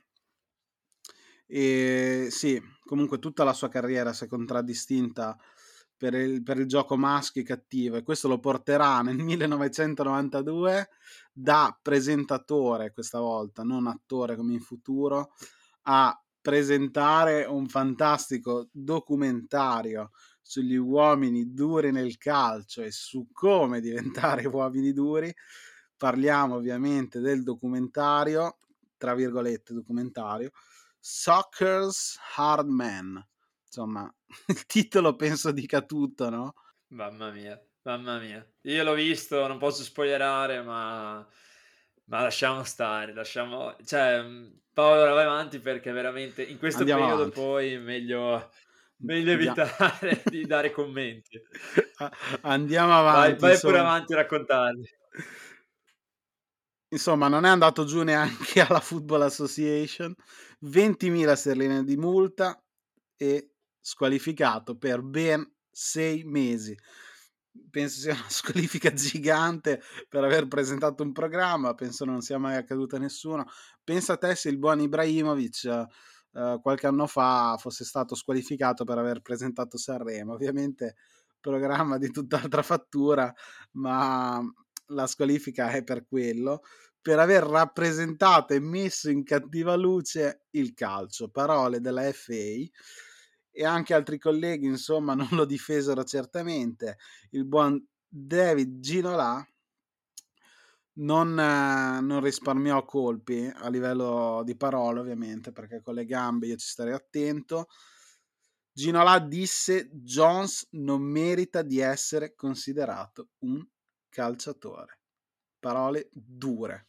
e sì, comunque tutta la sua carriera si è contraddistinta per il gioco maschio e cattivo, e questo lo porterà nel 1992 da presentatore, questa volta non attore come in futuro, a presentare un fantastico documentario sugli uomini duri nel calcio e su come diventare uomini duri. Parliamo ovviamente del documentario, tra virgolette documentario, Soccer's Hard Man. Insomma, il titolo penso dica tutto, no? Mamma mia, mamma mia. Io l'ho visto, non posso spoilerare, ma lasciamo stare, lasciamo cioè, Paolo vai avanti perché veramente in questo Andiamo periodo avanti. poi meglio Andia- evitare di dare commenti. Andiamo Vai avanti, vai pure insomma. avanti a raccontarli. Insomma, non è andato giù neanche alla Football Association, 20.000 sterline di multa e squalificato per ben 6 mesi. Penso sia una squalifica gigante per aver presentato un programma, penso non sia mai accaduto a nessuno. Pensa a te se il buon Ibrahimovic qualche anno fa fosse stato squalificato per aver presentato Sanremo. Ovviamente programma di tutt'altra fattura, ma la squalifica è per quello, per aver rappresentato e messo in cattiva luce il calcio. Parole della FA, e anche altri colleghi, insomma, non lo difesero certamente. Il buon David Ginola non risparmiò colpi a livello di parole, ovviamente, perché con le gambe io ci starei attento. Ginola disse: Jones non merita di essere considerato un calciatore. Parole dure.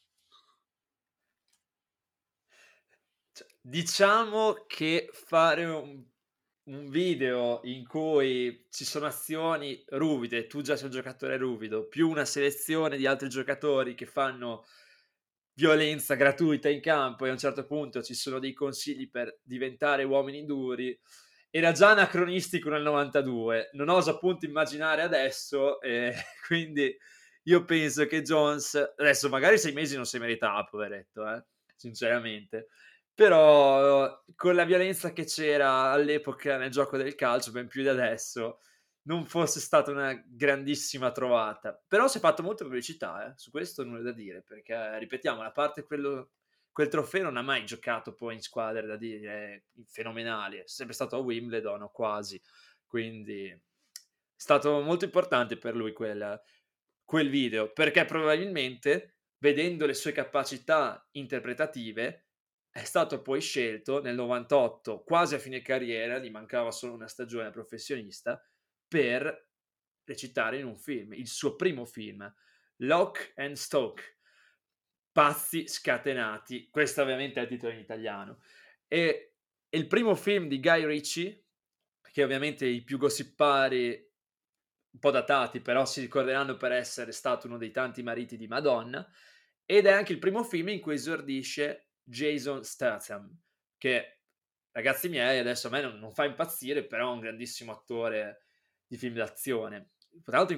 Cioè, diciamo che fare un video in cui ci sono azioni ruvide, tu già sei un giocatore ruvido, più una selezione di altri giocatori che fanno violenza gratuita in campo e a un certo punto ci sono dei consigli per diventare uomini duri, era già anacronistico nel 92, non oso appunto immaginare adesso, quindi io penso che Jones, adesso magari 6 mesi non si meritava, poveretto, sinceramente, però con la violenza che c'era all'epoca nel gioco del calcio, ben più di adesso, non fosse stata una grandissima trovata. Però si è fatto molta pubblicità, su questo nulla da dire, perché ripetiamo, a parte quel trofeo non ha mai giocato poi in squadre da dire fenomenali, è sempre stato a Wimbledon o quasi, quindi è stato molto importante per lui quel video, perché probabilmente vedendo le sue capacità interpretative è stato poi scelto nel 98, quasi a fine carriera, gli mancava solo una stagione professionista, per recitare in un film, il suo primo film, Lock and Stock, Pazzi scatenati, questo ovviamente è il titolo in italiano, e è il primo film di Guy Ritchie, che ovviamente i più gossipari, un po' datati, però si ricorderanno per essere stato uno dei tanti mariti di Madonna, ed è anche il primo film in cui esordisce Jason Statham, che, ragazzi miei, adesso a me non fa impazzire, però è un grandissimo attore di film d'azione. Tra l'altro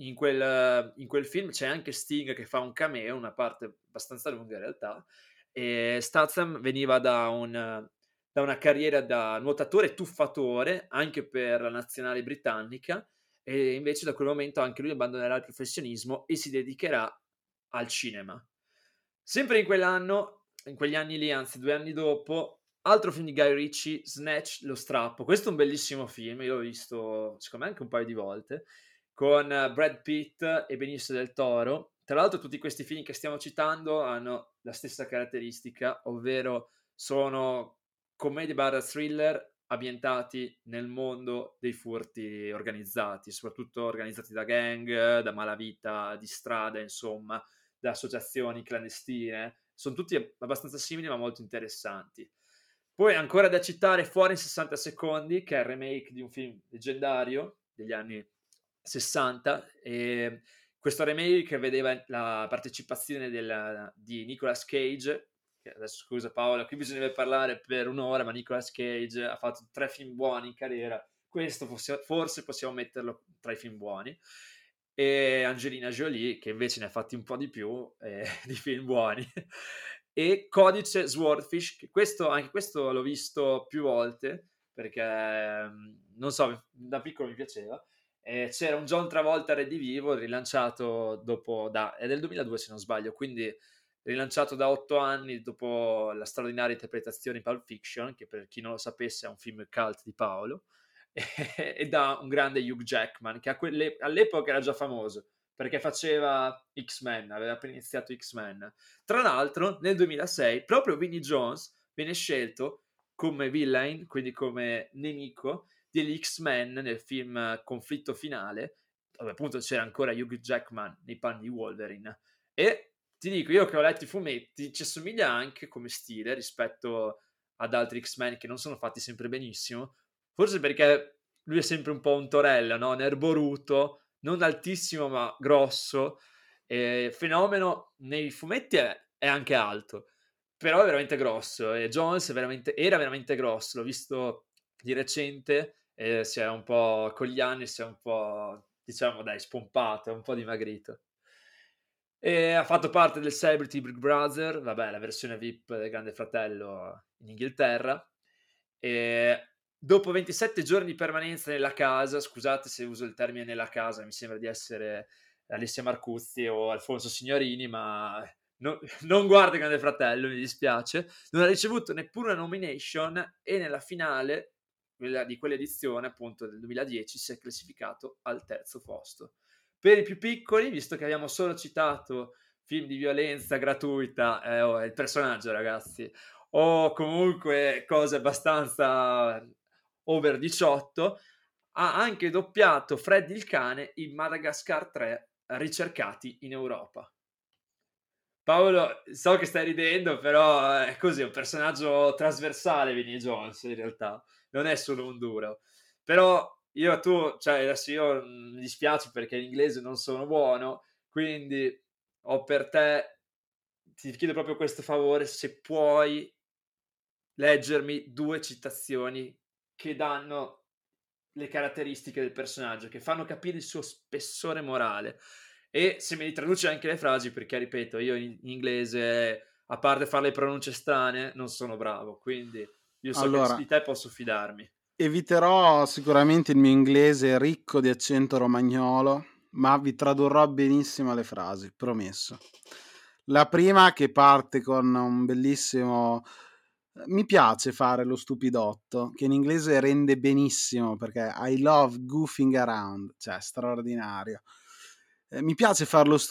in quel film c'è anche Sting che fa un cameo, una parte abbastanza lunga in realtà, e Statham veniva da una carriera da nuotatore tuffatore, anche per la nazionale britannica, e invece da quel momento anche lui abbandonerà il professionismo e si dedicherà al cinema. Sempre in quegli anni lì, anzi 2 anni dopo, altro film di Guy Ritchie, Snatch, Lo strappo. Questo è un bellissimo film, io l'ho visto secondo me anche un paio di volte, con Brad Pitt e Benicio del Toro. Tra l'altro tutti questi film che stiamo citando hanno la stessa caratteristica, ovvero sono commedie / thriller ambientati nel mondo dei furti organizzati, soprattutto organizzati da gang, da malavita di strada, insomma, da associazioni clandestine. Sono tutti abbastanza simili ma molto interessanti. Poi ancora da citare Fuori in 60 secondi, che è il remake di un film leggendario degli anni 60, e questo remake vedeva la partecipazione di Nicolas Cage, che adesso scusa Paolo, qui bisognerebbe parlare per un'ora, ma Nicolas Cage ha fatto 3 film buoni in carriera, questo forse possiamo metterlo tra i film buoni, e Angelina Jolie, che invece ne ha fatti un po' di più di film buoni, e Codice Swordfish, che anche questo l'ho visto più volte, perché non so, da piccolo mi piaceva. C'era un John Travolta redivivo rilanciato è del 2002 se non sbaglio, quindi rilanciato da 8 anni dopo la straordinaria interpretazione di Pulp Fiction, che per chi non lo sapesse è un film cult di Paolo, e da un grande Hugh Jackman, che all'epoca era già famoso, perché faceva X-Men, aveva appena iniziato X-Men. Tra l'altro, nel 2006, proprio Vinnie Jones viene scelto come villain, quindi come nemico, degli X-Men nel film Conflitto Finale, dove appunto c'era ancora Hugh Jackman nei panni di Wolverine. E ti dico, io che ho letto i fumetti, ci assomiglia anche come stile rispetto ad altri X-Men che non sono fatti sempre benissimo, forse perché lui è sempre un po' un torello, no? Nerboruto, non altissimo ma grosso. Fenomeno nei fumetti è anche alto, però è veramente grosso, e Jones era veramente grosso, l'ho visto di recente, e si è un po', con gli anni si è un po', diciamo dai, spompato, è un po' dimagrito. E ha fatto parte del Celebrity Big Brother, vabbè, la versione VIP del Grande Fratello in Inghilterra. E dopo 27 giorni di permanenza nella casa, scusate se uso il termine nella casa, mi sembra di essere Alessia Marcuzzi o Alfonso Signorini, ma non guardo il Grande Fratello, mi dispiace. Non ha ricevuto neppure una nomination e nella finale di quell'edizione, appunto del 2010, si è classificato al terzo posto. Per i più piccoli, visto che abbiamo solo citato film di violenza gratuita, è il personaggio, ragazzi, o comunque cose abbastanza over 18, ha anche doppiato Freddy il cane in Madagascar 3, ricercati in Europa. Paolo, so che stai ridendo, però è così, è un personaggio trasversale Vinnie Jones in realtà, non è solo un duro. Però adesso io mi dispiace perché in inglese non sono buono, quindi ho per te, ti chiedo proprio questo favore, se puoi leggermi 2 citazioni che danno le caratteristiche del personaggio, che fanno capire il suo spessore morale. E se mi traduci anche le frasi, perché ripeto, io in inglese, a parte fare le pronunce strane, non sono bravo, quindi io so che di te posso fidarmi. Eviterò sicuramente il mio inglese ricco di accento romagnolo, ma vi tradurrò benissimo le frasi, promesso. La prima che parte con un bellissimo... Mi piace fare lo stupidotto, che in inglese rende benissimo, perché I love goofing around, cioè straordinario. Mi piace fare lo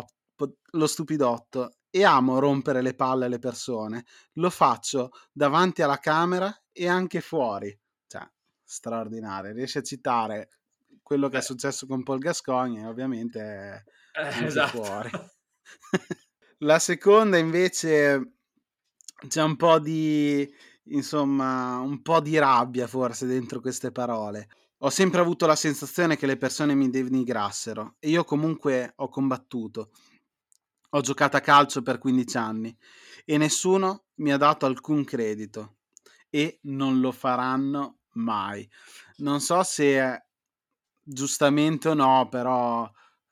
stupidotto e amo rompere le palle alle persone. Lo faccio davanti alla camera e anche fuori. Cioè, straordinario. Riesce a citare quello che è successo con Paul Gascoigne, ovviamente anche Esatto. fuori. La seconda invece c'è un po' di, insomma, un po' di rabbia forse dentro queste parole. Ho sempre avuto la sensazione che le persone mi denigrassero e io comunque ho combattuto. Ho giocato a calcio per 15 anni e nessuno mi ha dato alcun credito e non lo faranno mai. Non so se è giustamente o no, però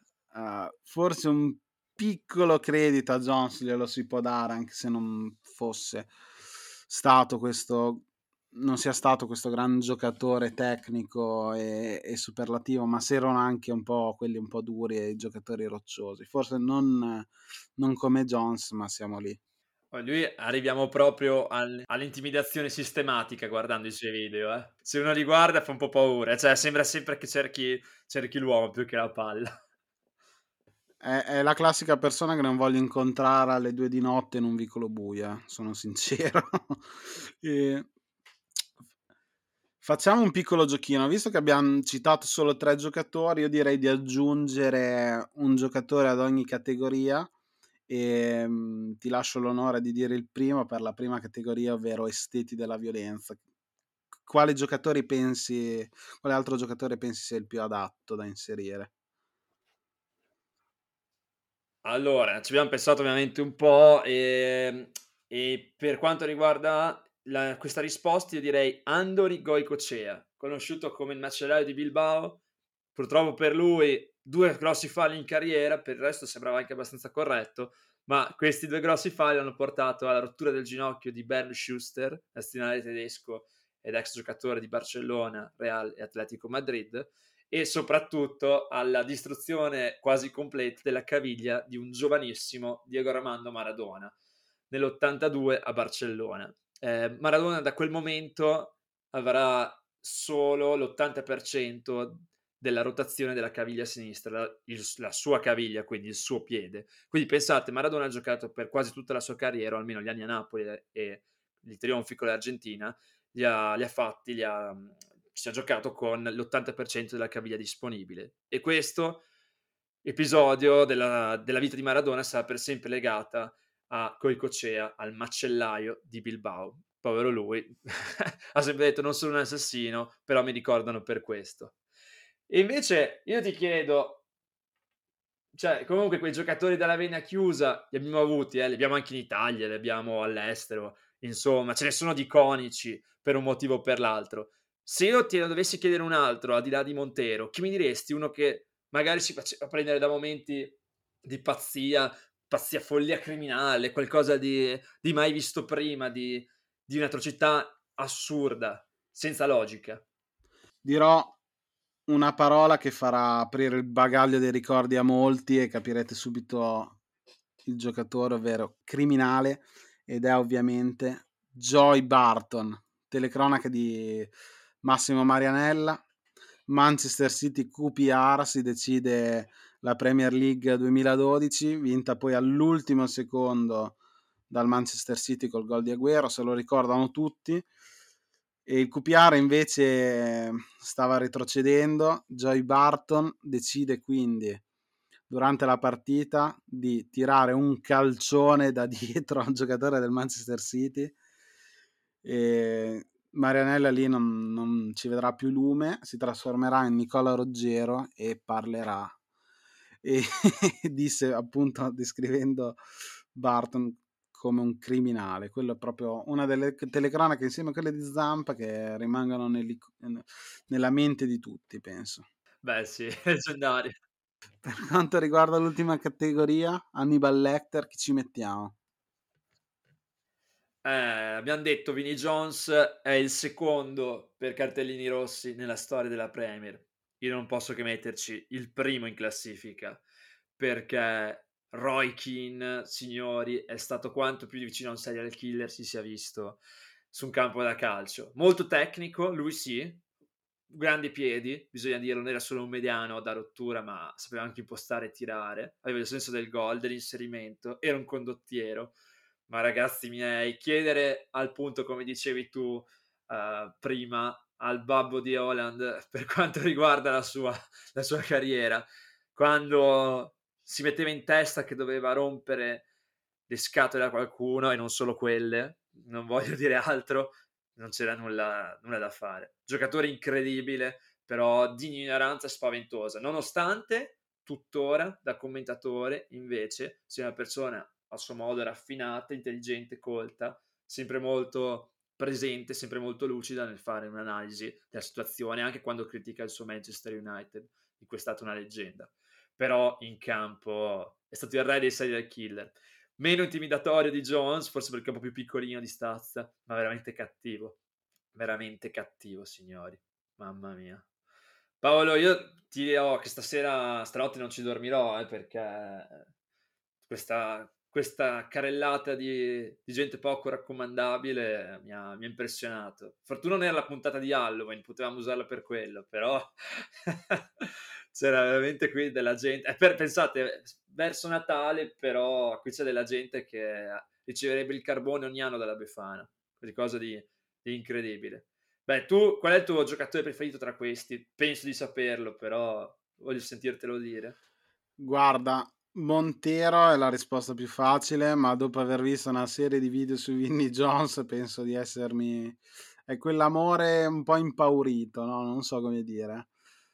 forse un piccolo credito a Jones glielo si può dare, anche se non fosse stato questo, non sia stato questo gran giocatore tecnico e superlativo, ma se erano anche un po' quelli un po' duri e i giocatori rocciosi. Forse non come Jones, ma siamo lì. Lui arriviamo proprio all'intimidazione sistematica guardando i suoi video. Se uno li guarda fa un po' paura, cioè sembra sempre che cerchi l'uomo più che la palla. È la classica persona che non voglio incontrare alle 2 di notte in un vicolo buio, sono sincero. E... Facciamo un piccolo giochino, visto che abbiamo citato solo 3 giocatori, io direi di aggiungere un giocatore ad ogni categoria e ti lascio l'onore di dire il primo per la prima categoria, ovvero esteti della violenza. Quale altro giocatore pensi sia il più adatto da inserire? Allora, ci abbiamo pensato ovviamente un po', e per quanto riguarda questa risposta io direi Andori Goicoechea, conosciuto come il macellaio di Bilbao. Purtroppo per lui 2 grossi falli in carriera, per il resto sembrava anche abbastanza corretto, ma questi 2 grossi falli hanno portato alla rottura del ginocchio di Bernd Schuster, nazionale tedesco ed ex giocatore di Barcellona, Real e Atletico Madrid, e soprattutto alla distruzione quasi completa della caviglia di un giovanissimo Diego Armando Maradona nell'82 a Barcellona. Maradona da quel momento avrà solo l'80% della rotazione della caviglia sinistra, la sua caviglia, quindi il suo piede. Quindi pensate, Maradona ha giocato per quasi tutta la sua carriera, o almeno gli anni a Napoli e i trionfi con l'Argentina, ci ha giocato con l'80% della caviglia disponibile. E questo episodio della vita di Maradona sarà per sempre legata a Goicoechea, al macellaio di Bilbao. Povero lui, ha sempre detto non sono un assassino, però mi ricordano per questo. E invece io ti chiedo, cioè comunque quei giocatori dalla vena chiusa li abbiamo avuti, li abbiamo anche in Italia, li abbiamo all'estero, insomma ce ne sono di iconici per un motivo o per l'altro. Se io te ne dovessi chiedere un altro, al di là di Montero, chi mi diresti? Uno che magari si faceva prendere da momenti di pazzia, follia criminale, qualcosa di mai visto prima, di un'atrocità assurda, senza logica. Dirò una parola che farà aprire il bagaglio dei ricordi a molti e capirete subito il giocatore, ovvero criminale, ed è ovviamente Joey Barton, telecronaca di Massimo Marianella. Manchester City QPR, si decide la Premier League 2012, vinta poi all'ultimo secondo dal Manchester City col gol di Agüero, se lo ricordano tutti. E il QPR invece stava retrocedendo. Joey Barton decide quindi durante la partita di tirare un calcione da dietro a un giocatore del Manchester City e Marianella lì non ci vedrà più lume, si trasformerà in Nicola Roggero e parlerà. E disse appunto, descrivendo Barton come un criminale. Quello è proprio una delle telecronache insieme a quelle di Zampa che rimangono nella mente di tutti, penso. Beh sì, leggendario. Per quanto riguarda l'ultima categoria, Hannibal Lecter, chi ci mettiamo? Abbiamo detto Vinnie Jones è il secondo per cartellini rossi nella storia della Premier. Io non posso che metterci il primo in classifica, perché Roy Keane, signori, è stato quanto più vicino a un serial killer si sia visto su un campo da calcio. Molto tecnico, lui sì, grandi piedi, bisogna dirlo, non era solo un mediano da rottura, ma sapeva anche impostare e tirare, aveva il senso del gol, dell'inserimento, era un condottiero. Ma ragazzi miei, chiedere al punto, come dicevi tu prima, al babbo di Haaland per quanto riguarda la sua carriera, quando si metteva in testa che doveva rompere le scatole a qualcuno e non solo quelle, non voglio dire altro, non c'era nulla da fare. Giocatore incredibile, però di ignoranza spaventosa, nonostante tuttora da commentatore invece sia una persona a suo modo raffinata, intelligente, colta, sempre molto presente, sempre molto lucida nel fare un'analisi della situazione, anche quando critica il suo Manchester United, di cui è stata una leggenda. Però in campo è stato il re dei serial killer. Meno intimidatorio di Jones, forse perché è un po' più piccolino di stazza, ma veramente cattivo, signori. Mamma mia. Paolo, io ti dirò che stanotte non ci dormirò, perché questa carrellata di gente poco raccomandabile mi ha impressionato. Fortuna non era la puntata di Halloween, potevamo usarla per quello, però c'era veramente qui della gente. Pensate, verso Natale, però qui c'è della gente che riceverebbe il carbone ogni anno dalla Befana, qualcosa di incredibile. Beh, tu, qual è il tuo giocatore preferito tra questi? Penso di saperlo, però voglio sentirtelo dire. Guarda, Montero è la risposta più facile, ma dopo aver visto una serie di video su Vinnie Jones penso di essermi... È quell'amore un po' impaurito, no? Non so come dire.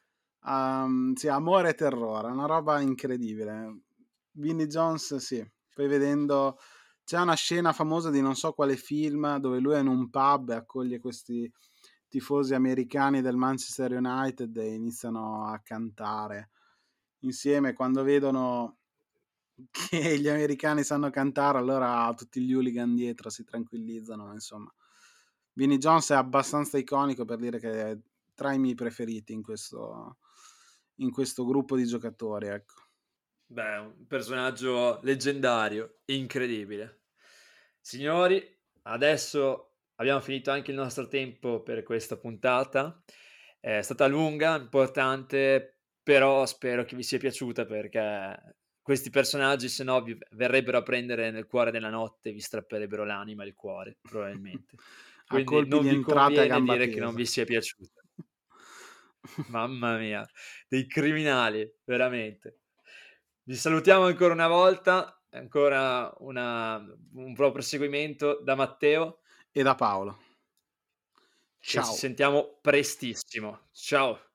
Sì, amore e terrore, una roba incredibile. Vinnie Jones, sì. Poi vedendo... C'è una scena famosa di non so quale film dove lui è in un pub e accoglie questi tifosi americani del Manchester United e iniziano a cantare insieme. Quando vedono che gli americani sanno cantare, allora tutti gli hooligan dietro si tranquillizzano, insomma. Vinnie Jones è abbastanza iconico per dire che è tra i miei preferiti in questo in questo gruppo di giocatori, ecco. Beh, un personaggio leggendario, incredibile. Signori, adesso abbiamo finito anche il nostro tempo per questa puntata. È stata lunga, importante, però spero che vi sia piaciuta perché questi personaggi, se no, vi verrebbero a prendere nel cuore della notte, vi strapperebbero l'anima e il cuore, probabilmente. A Quindi colpi non di vi entrate a conviene gamba dire che non tesa. vi sia piaciuta. Mamma mia, dei criminali, veramente. Vi salutiamo ancora una volta, ancora un buon proseguimento da Matteo E da Paolo. e ci Ciao. sentiamo prestissimo. Ciao.